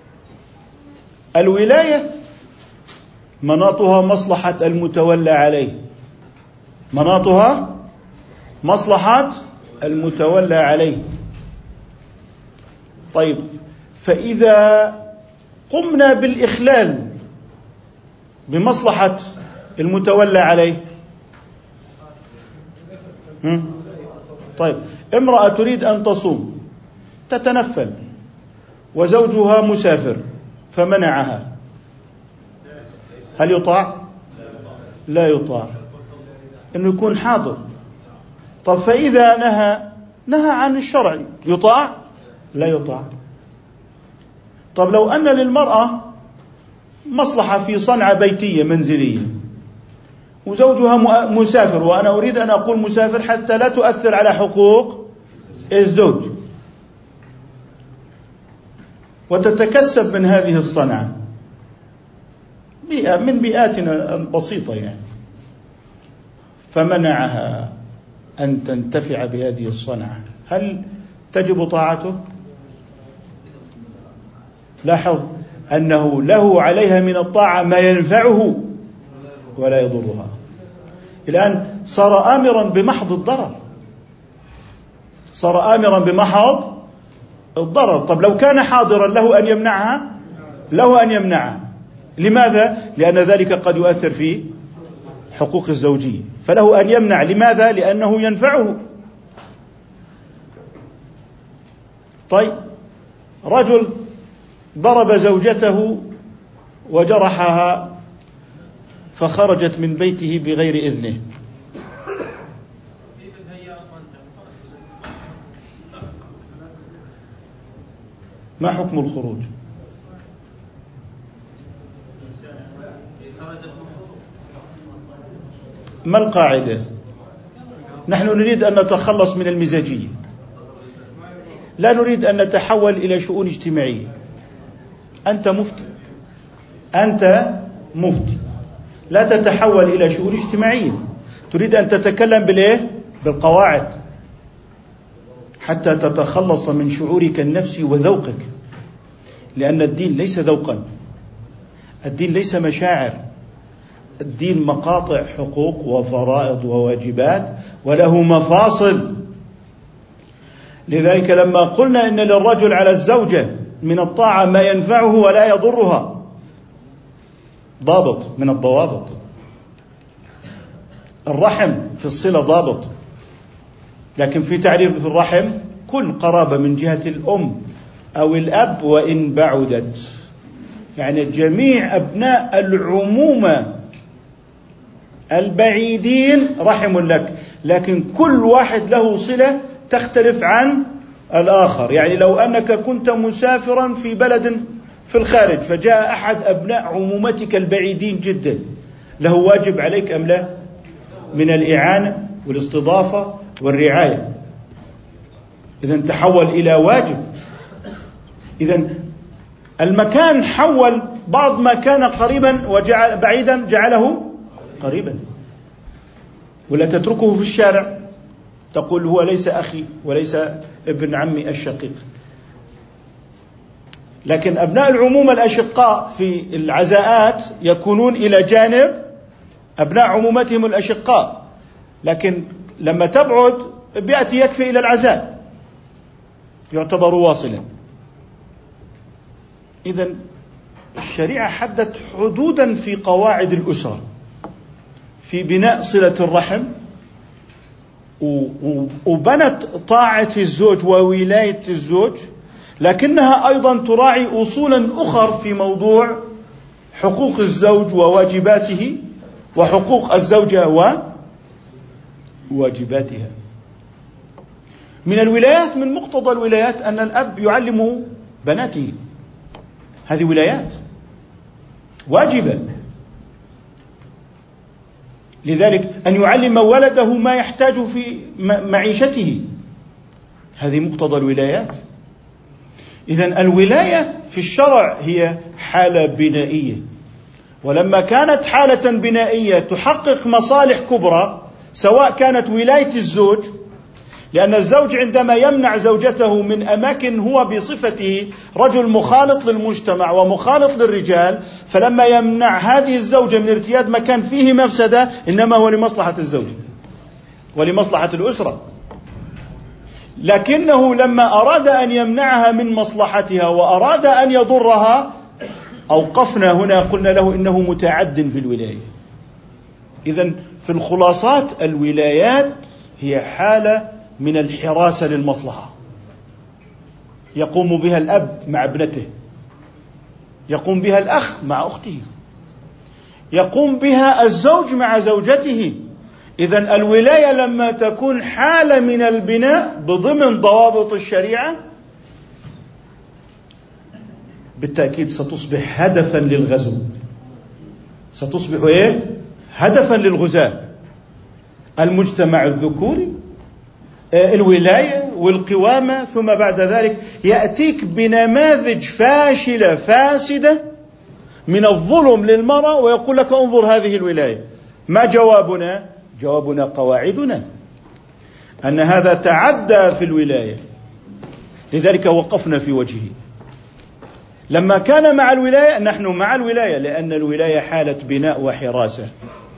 الولاية مناطها مصلحة المتولى عليه، مناطها مصلحة المتولى عليه. طيب فإذا قمنا بالإخلال بمصلحة المتولى عليه، طيب امرأة تريد أن تصوم تتنفل وزوجها مسافر فمنعها، هل يطاع؟ لا يطاع، إنه يكون حاضر. طب فإذا نهى عن الشرع يطاع؟ لا يطاع. طب لو أن للمرأة مصلحة في صنعة بيتية منزلية وزوجها مسافر، وأنا أريد أن أقول مسافر حتى لا تؤثر على حقوق الزوج، وتتكسب من هذه الصنعة بيئة من بيئاتنا البسيطة يعني، فمنعها أن تنتفع بهذه الصنعة، هل تجب طاعته؟ لاحظ أنه له عليها من الطاعة ما ينفعه ولا يضرها. الآن صار آمرا بمحض الضرر، صار آمرا بمحض الضرر. طب لو كان حاضرا له أن يمنعها، له أن يمنعها. لماذا؟ لأن ذلك قد يؤثر في حقوق الزوجية، فله أن يمنع. لماذا؟ لأنه ينفعه. طيب رجل ضرب زوجته وجرحها فخرجت من بيته بغير إذنه، ما حكم الخروج؟ ما القاعدة؟ نحن نريد أن نتخلص من المزاجية، لا نريد أن نتحول إلى شؤون اجتماعية. أنت مفتي، أنت مفتي، لا تتحول إلى شؤون اجتماعية. تريد أن تتكلم بالإيه؟ بالقواعد حتى تتخلص من شعورك النفسي وذوقك، لأن الدين ليس ذوقا، الدين ليس مشاعر، الدين مقاطع حقوق وفرائض وواجبات وله مفاصل. لذلك لما قلنا إن للرجل على الزوجة من الطاعة ما ينفعه ولا يضرها، ضابط من الضوابط. الرحم في الصلة ضابط، لكن في تعريف الرحم كل قرابة من جهة الأم أو الأب وإن بعدت، يعني جميع أبناء العمومة البعيدين رحم لك، لكن كل واحد له صلة تختلف عن الآخر. يعني لو أنك كنت مسافرا في بلد في الخارج فجاء أحد أبناء عمومتك البعيدين جدا، له واجب عليك أم لا؟ من الإعانة والاستضافة والرعاية. إذن تحول إلى واجب. إذن المكان حول بعض ما كان قريبا وجعل بعيدا جعله قريبا. ولا تتركه في الشارع تقول هو ليس أخي وليس ابن عمي الشقيق. لكن أبناء العمومة الأشقاء في العزاءات يكونون إلى جانب أبناء عمومتهم الأشقاء، لكن لما تبعد بيأتي يكفي إلى العزاء، يعتبر واصلا. إذن الشريعة حددت حدودا في قواعد الأسرة في بناء صلة الرحم، وبنت طاعة الزوج وولاية الزوج، لكنها أيضا تراعي أصولا أخر في موضوع حقوق الزوج وواجباته وحقوق الزوجة وواجباتها. من الولايات، من مقتضى الولايات أن الأب يعلم بناته، هذه ولايات واجبة. لذلك أن يعلم ولده ما يحتاج في معيشته، هذه مقتضى الولايات. إذن الولاية في الشرع هي حالة بنائية، ولما كانت حالة بنائية تحقق مصالح كبرى، سواء كانت ولاية الزوج، لأن الزوج عندما يمنع زوجته من أماكن هو بصفته رجل مخالط للمجتمع ومخالط للرجال، فلما يمنع هذه الزوجة من ارتياد مكان فيه مفسدة إنما هو لمصلحة الزوج ولمصلحة الأسرة. لكنه لما أراد أن يمنعها من مصلحتها وأراد أن يضرها أوقفنا هنا، قلنا له إنه متعد في الولاية. إذن في الخلاصات الولايات هي حالة من الحراسة للمصلحة، يقوم بها الأب مع ابنته، يقوم بها الأخ مع أخته، يقوم بها الزوج مع زوجته. إذن الولاية لما تكون حالة من البناء بضمن ضوابط الشريعة بالتأكيد ستصبح هدفا للغزو، ستصبح هدفا للغزاة. المجتمع الذكوري، الولاية والقوامة، ثم بعد ذلك يأتيك بنماذج فاشلة فاسدة من الظلم للمرأة ويقول لك انظر هذه الولاية. ما جوابنا؟ جوابنا قواعدنا أن هذا تعدى في الولاية، لذلك وقفنا في وجهه. لما كان مع الولاية نحن مع الولاية، لأن الولاية حالة بناء وحراسة.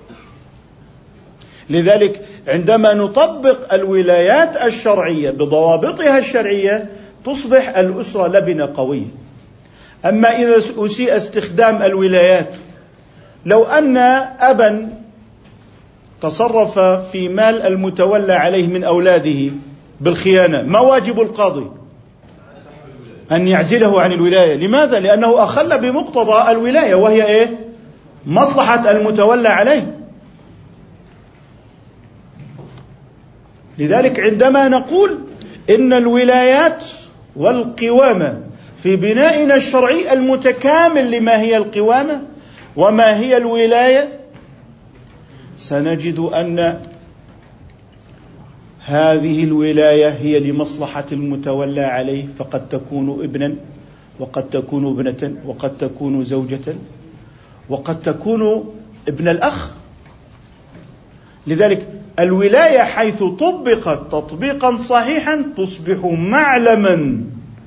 لذلك عندما نطبق الولايات الشرعية بضوابطها الشرعية تصبح الأسرة لبنة قوية. أما إذا أسيء استخدام الولايات، لو أن أبا تصرف في مال المتولى عليه من أولاده بالخيانة، ما واجب القاضي؟ أن يعزله عن الولاية. لماذا؟ لأنه أخل بمقتضى الولاية، وهي مصلحة المتولى عليه. لذلك عندما نقول إن الولايات والقوامة في بنائنا الشرعي المتكامل لما هي القوامة وما هي الولاية، سنجد أن هذه الولاية هي لمصلحة المتولى عليه، فقد تكون ابنا، وقد تكون ابنة، وقد تكون زوجة، وقد تكون ابن الأخ. لذلك الولاية حيث طبقت تطبيقا صحيحا تصبح معلما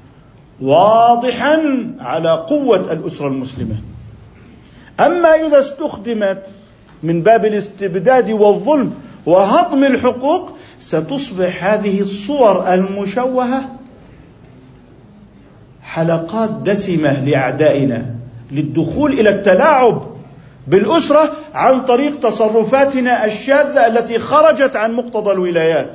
واضحا على قوة الأسرة المسلمة. أما إذا استخدمت من باب الاستبداد والظلم وهضم الحقوق، ستصبح هذه الصور المشوهة حلقات دسمة لأعدائنا للدخول إلى التلاعب بالأسرة عن طريق تصرفاتنا الشاذة التي خرجت عن مقتضى الولايات.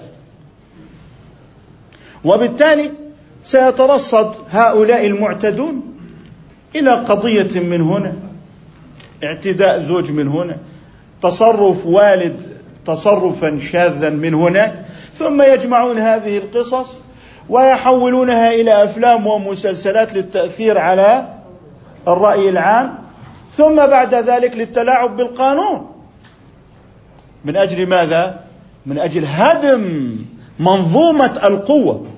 وبالتالي سيترصد هؤلاء المعتدون إلى قضية من هنا، اعتداء زوج من هنا، تصرف والد تصرفا شاذا من هناك، ثم يجمعون هذه القصص ويحولونها إلى أفلام ومسلسلات للتأثير على الرأي العام، ثم بعد ذلك للتلاعب بالقانون. من أجل ماذا؟ من أجل هدم منظومة القوة،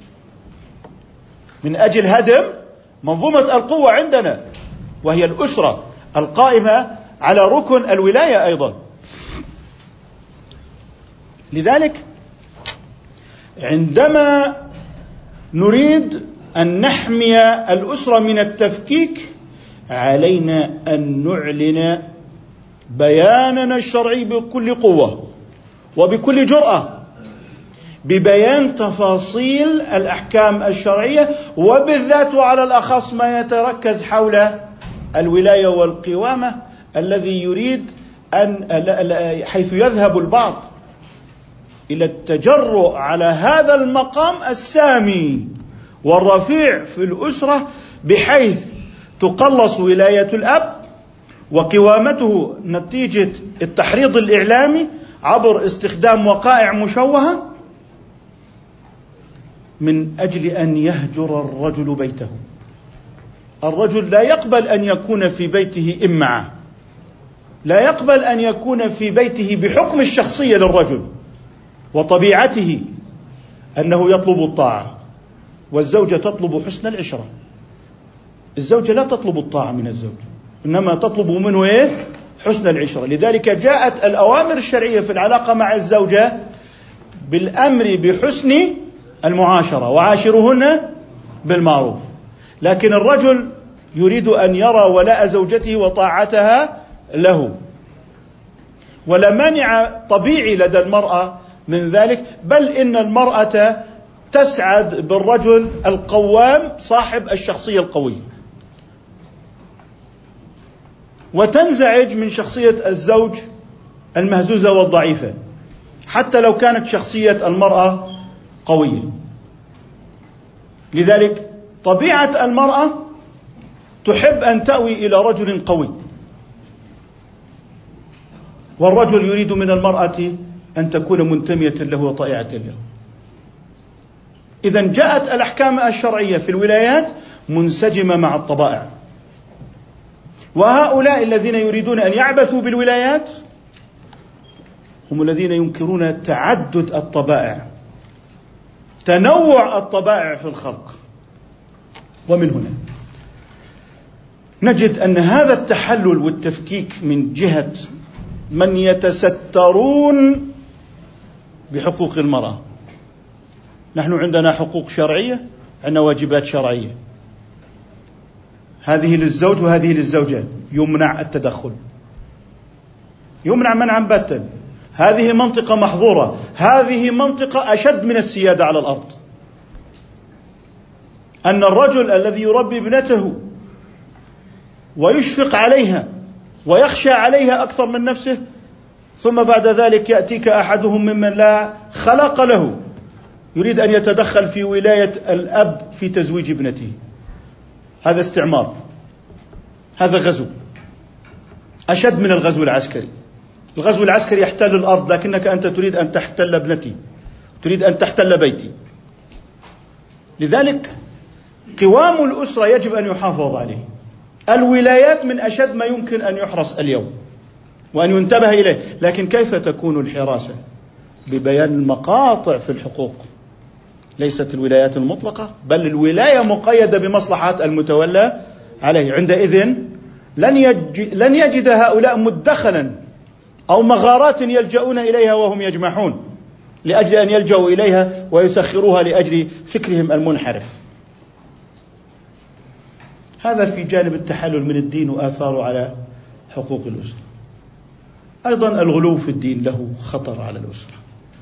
من أجل هدم منظومة القوة عندنا، وهي الأسرة القائمة على ركن الولاية أيضا. لذلك عندما نريد أن نحمي الأسرة من التفكيك، علينا أن نعلن بياننا الشرعي بكل قوة وبكل جرأة، ببيان تفاصيل الأحكام الشرعية، وبالذات وعلى الأخص ما يتركز حول الولاية والقوامة، الذي يريد حيث يذهب البعض إلى التجرؤ على هذا المقام السامي والرفيع في الأسرة، بحيث تقلص ولاية الأب وقوامته نتيجة التحريض الإعلامي عبر استخدام وقائع مشوهة، من أجل أن يهجر الرجل بيته. الرجل لا يقبل أن يكون في بيته إمعة، لا يقبل أن يكون في بيته بحكم الشخصية للرجل وطبيعته أنه يطلب الطاعة، والزوجة تطلب حسن العشرة. الزوجة لا تطلب الطاعة من الزوج، إنما تطلب منه حسن العشرة. لذلك جاءت الأوامر الشرعية في العلاقة مع الزوجة بالأمر بحسن المعاشرة، وعاشرهن بالمعروف. لكن الرجل يريد أن يرى ولاء زوجته وطاعتها له، ولا مانع طبيعي لدى المرأة من ذلك، بل إن المرأة تسعد بالرجل القوام صاحب الشخصية القوية، وتنزعج من شخصية الزوج المهزوزة والضعيفة، حتى لو كانت شخصية المرأة قوية. لذلك طبيعة المرأة تحب أن تأوي إلى رجل قوي، والرجل يريد من المرأة أن تكون منتمية له وطائعة له. إذن جاءت الأحكام الشرعية في الولايات منسجمة مع الطبائع، وهؤلاء الذين يريدون أن يعبثوا بالولايات هم الذين ينكرون تعدد الطبائع، تنوع الطبائع في الخلق. ومن هنا نجد أن هذا التحلل والتفكيك من جهة من يتسترون بحقوق المرأة. نحن عندنا حقوق شرعية، عندنا واجبات شرعية، هذه للزوج وهذه للزوجة، يمنع التدخل، يمنع منعا باتا. هذه منطقة محظورة، هذه منطقة أشد من السيادة على الأرض. أن الرجل الذي يربي ابنته ويشفق عليها ويخشى عليها أكثر من نفسه، ثم بعد ذلك يأتيك أحدهم ممن لا خلق له يريد أن يتدخل في ولاية الأب في تزويج ابنته، هذا استعمار، هذا غزو أشد من الغزو العسكري. الغزو العسكري يحتل الأرض، لكنك أنت تريد أن تحتل ابنتي، تريد أن تحتل بيتي. لذلك قوام الأسرة يجب أن يحافظ عليه. الولايات من أشد ما يمكن أن يحرص اليوم وأن ينتبه إليه، لكن كيف تكون الحراسة؟ ببيان المقاطع في الحقوق، ليست الولايات المطلقة، بل الولاية مقيدة بمصلحة المتولى عليه. عندئذ لن يجد هؤلاء مدخلا أو مغارات يلجؤون إليها وهم يجمحون لأجل أن يلجؤوا إليها ويسخروها لأجل فكرهم المنحرف. هذا في جانب التحلل من الدين وآثاره على حقوق الأسرة. أيضا الغلو في الدين له خطر على الأسرة.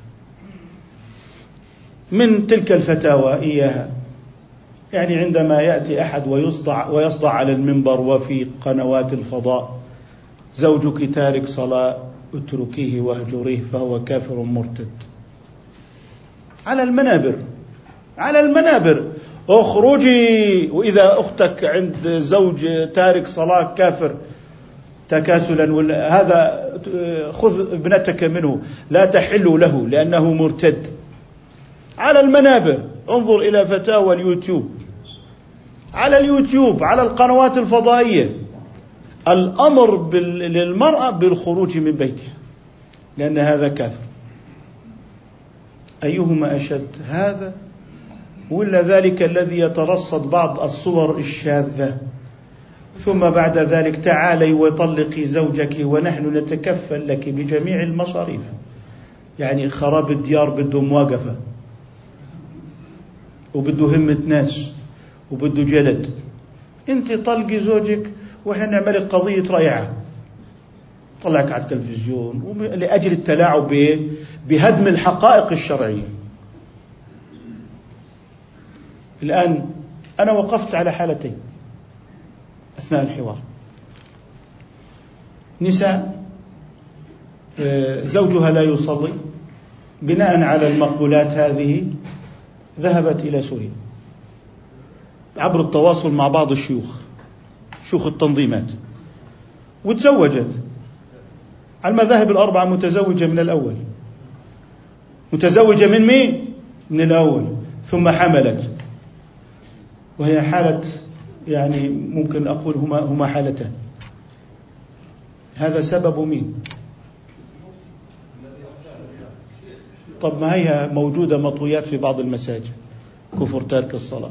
من تلك الفتاوى إياها، يعني عندما يأتي أحد ويصدع على المنبر وفي قنوات الفضاء: زوجك تارك صلاة اتركيه واهجريه فهو كافر مرتد. على المنابر اخرجي، وإذا أختك عند زوج تارك صلاة كافر تكاسلا هذا خذ ابنتك منه، لا تحل له لأنه مرتد. على المنابر انظر إلى فتاوى اليوتيوب، على اليوتيوب، على القنوات الفضائية، الأمر للمرأة بالخروج من بيتها لأن هذا كافر. أيهما أشد، هذا ولا ذلك الذي يترصد بعض الصور الشاذة ثم بعد ذلك تعالي وطلقي زوجك ونحن نتكفل لك بجميع المصاريف؟ يعني خراب الديار بده مواقفة وبده همة ناس وبده جلد. انت طلقي زوجك واحنا نعمل قضية ريعة، طلعك على التلفزيون لأجل التلاعب بهدم الحقائق الشرعية. الآن أنا وقفت على حالتين أثناء الحوار. نساء زوجها لا يصلي، بناء على المقولات هذه ذهبت إلى سوريا عبر التواصل مع بعض الشيوخ، شيوخ التنظيمات، وتزوجت على المذاهب الأربعة، متزوجة من الأول، متزوجة من مين؟ من الأول، ثم حملت. وهي حالة يعني ممكن أقول هما حالتان. هذا سبب مين؟ طب ما هي موجودة مطويات في بعض المساجد، كفر تارك الصلاة.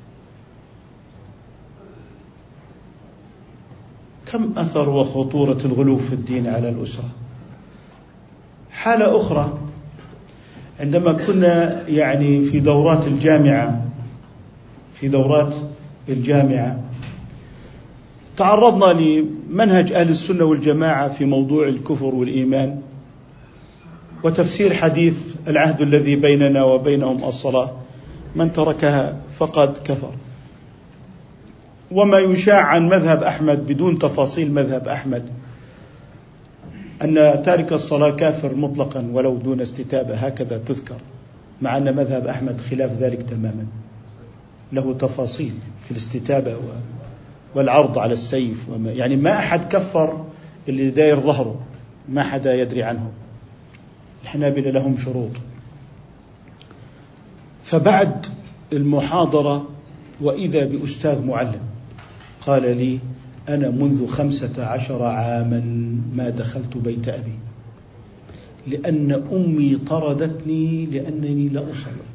كم أثر وخطورة الغلو في الدين على الأسرة. حالة أخرى، عندما كنا يعني في دورات الجامعة تعرضنا لمنهج أهل السنة والجماعة في موضوع الكفر والإيمان وتفسير حديث العهد الذي بيننا وبينهم الصلاة، من تركها فقد كفر. وما يشاع عن مذهب أحمد بدون تفاصيل مذهب أحمد أن تارك الصلاة كافر مطلقا ولو دون استتابة، هكذا تذكر، مع أن مذهب أحمد خلاف ذلك تماما، له تفاصيل في الاستتابة والعرض على السيف يعني ما أحد كفر اللي داير ظهره، ما حدا يدري عنه. الحنابلة لهم شروط. فبعد المحاضرة وإذا بأستاذ معلم قال لي: أنا منذ 15 عاما ما دخلت بيت أبي لأن أمي طردتني لأنني لا أصلي.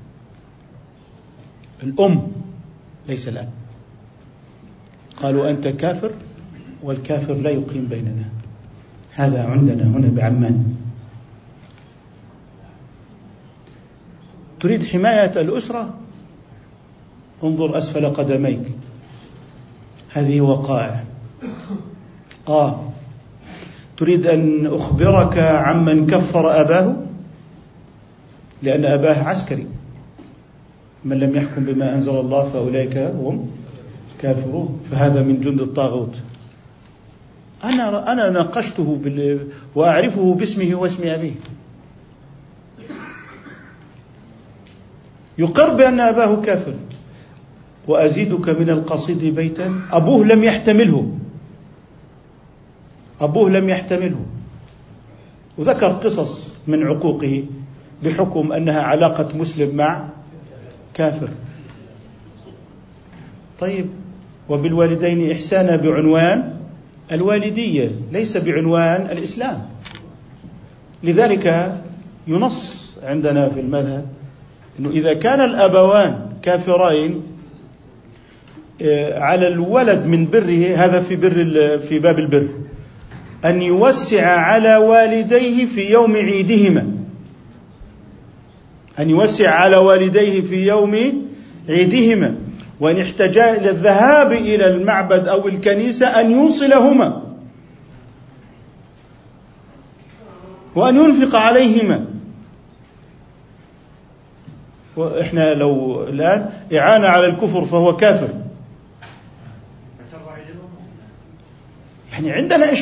الأم ليس الأب. قالوا: أنت كافر والكافر لا يقيم بيننا. هذا عندنا هنا بعمان. تريد حماية الأسرة؟ انظر أسفل قدميك، هذه وقائع. تريد أن أخبرك عمن كفر أباه؟ لأن أباه عسكري، من لم يحكم بما أنزل الله فأولئك هم كافرون، فهذا من جند الطاغوت. أنا ناقشته وأعرفه باسمه واسم أبيه، يقر بأن أباه كافر. وأزيدك من القصيد بيتا، أبوه لم يحتمله، وذكر قصص من عقوقه بحكم أنها علاقة مسلم مع كافر. طيب، وبالوالدين إحسانا بعنوان الوالدية ليس بعنوان الإسلام. لذلك ينص عندنا في المذهب أنه إذا كان الأبوان كافرين على الولد من بره، هذا في باب البر، أن يوسع على والديه في يوم عيدهما، وإن احتاجا إلى الذهاب إلى المعبد أو الكنيسة أن يوصلهما وأن ينفق عليهما. وإحنا لو الآن إعانة على الكفر فهو كافر. يعني عندنا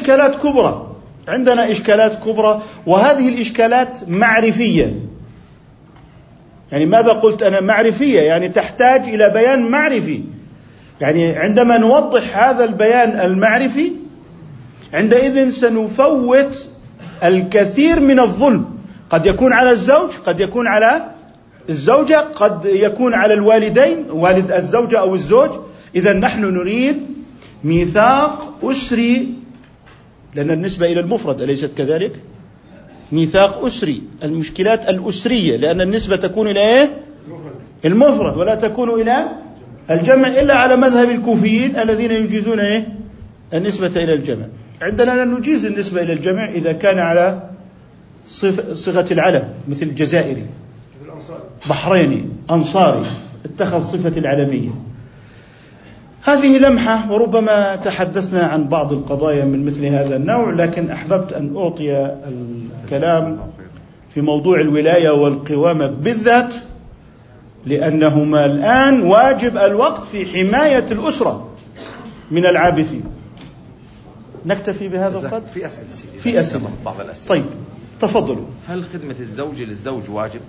إشكالات كبرى، وهذه الإشكالات معرفية. يعني ماذا قلت أنا؟ معرفية، يعني تحتاج إلى بيان معرفي. يعني عندما نوضح هذا البيان المعرفي عندئذ سنفوت الكثير من الظلم، قد يكون على الزوج، قد يكون على الزوجة، قد يكون على الوالدين، والد الزوجة أو الزوج. إذا نحن نريد ميثاق أسري، لأن النسبة إلى المفرد أليست كذلك؟ ميثاق أسري، المشكلات الأسرية، لأن النسبة تكون إلى إيه؟ المفرد، ولا تكون إلى الجمع إلا على مذهب الكوفيين الذين يجيزون إيه؟ النسبة إلى الجمع. عندنا نجيز النسبة إلى الجمع إذا كان على صيغة العلم، مثل الجزائري، بحريني، أنصاري، اتخذ صفة العلمية. هذه لمحة، وربما تحدثنا عن بعض القضايا من مثل هذا النوع، لكن أحببت أن أعطي الكلام في موضوع الولاية والقوامة بالذات، لأنهما الآن واجب الوقت في حماية الأسرة من العابثين. نكتفي بهذا القدر؟ في أسئلة سيدي، في أسئلة، بعض الأسئلة. طيب تفضلوا. هل خدمة الزوج للزوج واجب؟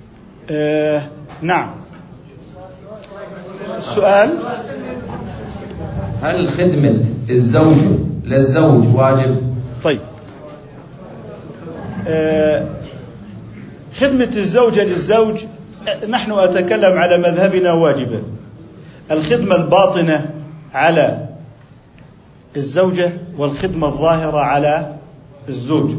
نعم. السؤال: هل خدمة الزوج للزوج واجب؟ طيب، خدمة الزوجة للزوج نحن أتكلم على مذهبنا واجبة. الخدمة الباطنة على الزوجة والخدمة الظاهرة على الزوج.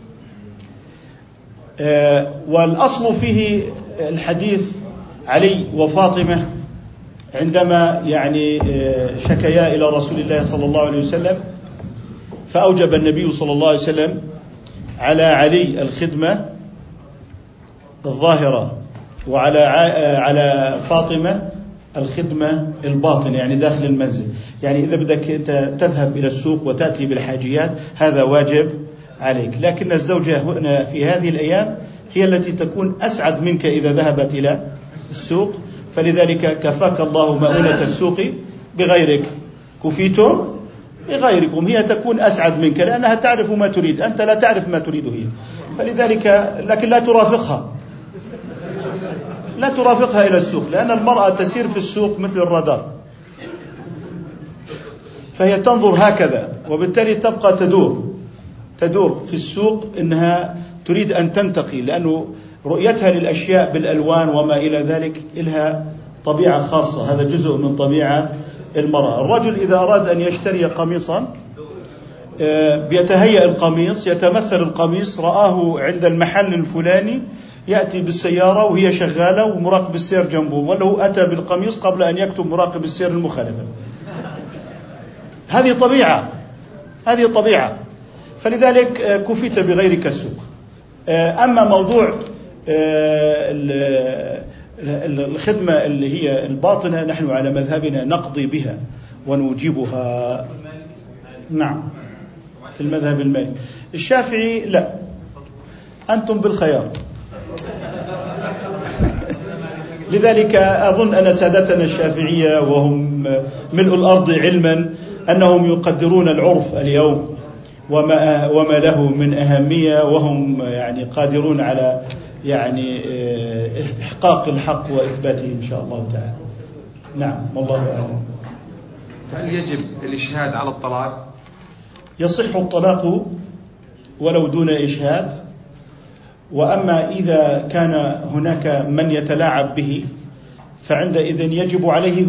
والأصل فيه الحديث علي وفاطمة عندما يعني شكيا إلى رسول الله صلى الله عليه وسلم، فأوجب النبي صلى الله عليه وسلم على علي الخدمة الظاهرة، وعلى فاطمة الخدمة الباطنة، يعني داخل المنزل. يعني إذا بدك أنت تذهب إلى السوق وتأتي بالحاجيات هذا واجب عليك، لكن الزوجة هنا في هذه الأيام هي التي تكون أسعد منك إذا ذهبت إلى السوق، فلذلك كفاك الله مؤونة السوق بغيرك، كفيتم بغيركم. هي تكون أسعد منك لأنها تعرف ما تريد، أنت لا تعرف ما تريد هي، فلذلك لكن لا ترافقها إلى السوق، لأن المرأة تسير في السوق مثل الرادار، فهي تنظر هكذا، وبالتالي تبقى تدور في السوق، إنها تريد أن تنتقي، لأنه رؤيتها للأشياء بالألوان وما إلى ذلك لها طبيعة خاصة، هذا جزء من طبيعة المرأة. الرجل إذا أراد أن يشتري قميصا بيتهيأ القميص، يتمثل القميص، رآه عند المحل الفلاني، يأتي بالسيارة وهي شغالة ومراقب السير جنبه، وله أتى بالقميص قبل أن يكتب مراقب السير المخالفة. هذه طبيعة، فلذلك كفيت بغيرك السوق. أما موضوع الخدمة اللي هي الباطنة نحن على مذهبنا نقضي بها ونوجبها. نعم، في المذهب المالكي. الشافعي لا، أنتم بالخيار. لذلك أظن أن سادتنا الشافعية وهم ملء الأرض علما أنهم يقدرون العرف اليوم وما له من أهمية، وهم يعني قادرون على يعني إحقاق الحق وإثباته إن شاء الله تعالى. نعم، والله أعلم. هل يجب الإشهاد على الطلاق؟ يصح الطلاق ولو دون إشهاد، وأما إذا كان هناك من يتلاعب به فعندئذ يجب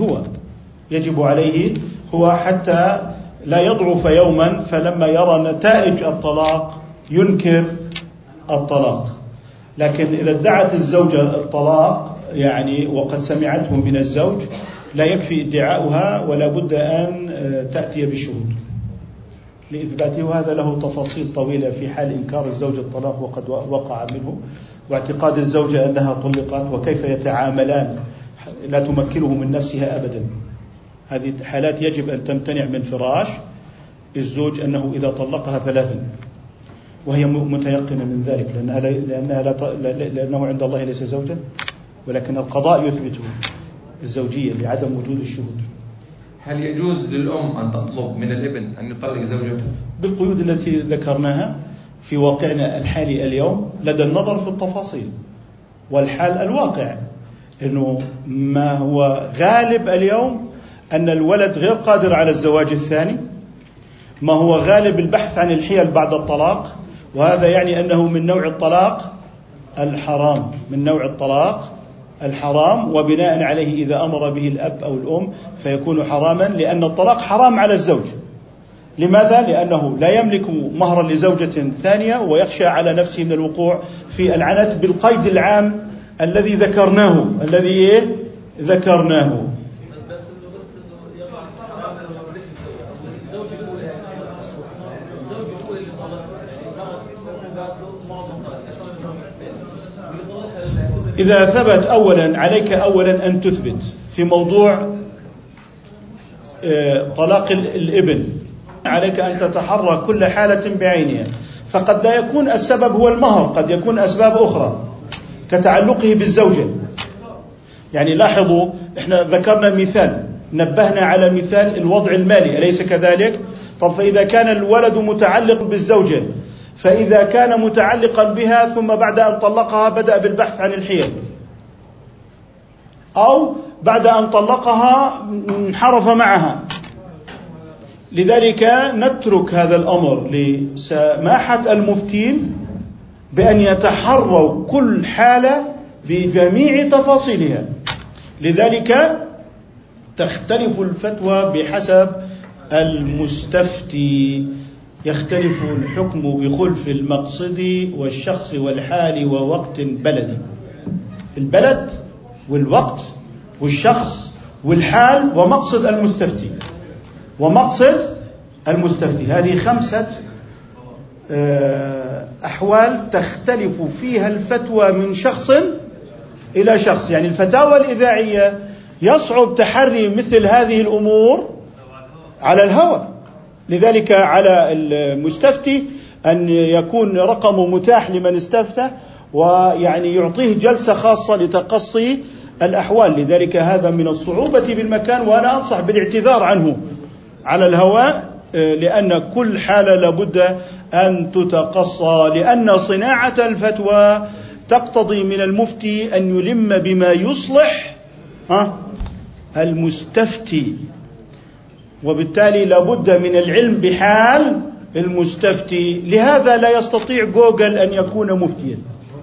عليه هو حتى لا يضعف يوما، فلما يرى نتائج الطلاق ينكر الطلاق. لكن إذا ادعت الزوجة الطلاق يعني وقد سمعته من الزوج لا يكفي ادعاؤها، ولا بد أن تأتي بالشهود لإثباته، وهذا له تفاصيل طويلة في حال إنكار الزوج الطلاق وقد وقع منه، واعتقاد الزوجة أنها طلقت، وكيف يتعاملان، لا تمكنه من نفسها أبدا. هذه حالات يجب أن تمتنع من فراش الزوج أنه إذا طلقها 3 وهي متيقنة من ذلك، لأنه عند الله ليس زوجا، ولكن القضاء يثبت الزوجية لعدم وجود الشهود. هل يجوز للأم أن تطلب من الابن أن يطلق زوجته؟ بالقيود التي ذكرناها في واقعنا الحالي اليوم، لدى النظر في التفاصيل، والحال الواقع، إنه ما هو غالب اليوم أن الولد غير قادر على الزواج الثاني، ما هو غالب البحث عن الحيل بعد الطلاق، وهذا يعني أنه من نوع الطلاق الحرام، من نوع الطلاق الحرام، وبناء عليه إذا أمر به الأب أو الأم فيكون حراما، لأن الطلاق حرام على الزوج. لماذا؟ لأنه لا يملك مهرا لزوجة ثانية ويخشى على نفسه من الوقوع في العنت بالقيد العام الذي ذكرناه إذا ثبت أولا عليك أولا أن تثبت في موضوع طلاق الابن، عليك أن تتحرى كل حالة بعينها، فقد لا يكون السبب هو المهر، قد يكون أسباب أخرى كتعلقه بالزوجة. يعني لاحظوا احنا ذكرنا مثال، نبهنا على مثال الوضع المالي، أليس كذلك؟ طب فإذا كان الولد متعلق بالزوجة، فإذا كان متعلقا بها ثم بعد أن طلقها بدأ بالبحث عن الحيل، أو بعد أن طلقها انحرف معها، لذلك نترك هذا الأمر لسماحة المفتين بأن يتحروا كل حالة بجميع تفاصيلها. لذلك تختلف الفتوى بحسب المستفتي، يختلف الحكم بخلف المقصد والشخص والحال ووقت بلدي. البلد والوقت والشخص والحال ومقصد المستفتي، هذه 5 أحوال تختلف فيها الفتوى من شخص إلى شخص. يعني الفتاوى الإذاعية يصعب تحري مثل هذه الأمور على الهوى، لذلك على المستفتي أن يكون رقمه متاح لمن استفتى، ويعني يعطيه جلسة خاصة لتقصي الأحوال. لذلك هذا من الصعوبة بالمكان، وأنا أنصح بالاعتذار عنه على الهواء، لأن كل حالة لابد أن تتقصى، لأن صناعة الفتوى تقتضي من المفتي أن يلم بما يصلح المستفتي، وبالتالي لابد من العلم بحال المستفتي. لهذا لا يستطيع جوجل أن يكون مفتيا،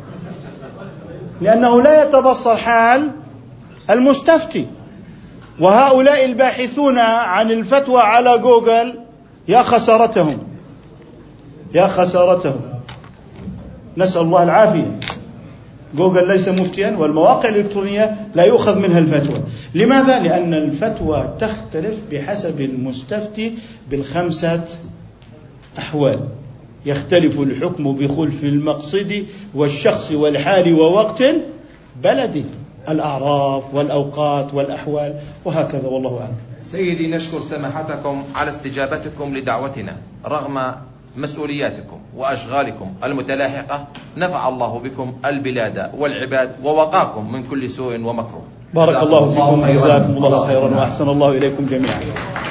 لأنه لا يتبصر حال المستفتي. وهؤلاء الباحثون عن الفتوى على جوجل يا خسارتهم، نسأل الله العافية. جوجل ليس مفتيا، والمواقع الإلكترونية لا يؤخذ منها الفتوى. لماذا؟ لأن الفتوى تختلف بحسب المستفتي ب5 أحوال، يختلف الحكم بخلف المقصد والشخص والحال ووقت بلدي، الأعراف والأوقات والأحوال وهكذا، والله أعلم. سيدي، نشكر سماحتكم على استجابتكم لدعوتنا رغم مسؤولياتكم وأشغالكم المتلاحقة. نفع الله بكم البلاد والعباد ووقاكم من كل سوء ومكروه. بارك الله فيكم، جزاكم الله خيرا، وأحسن الله إليكم جميعا.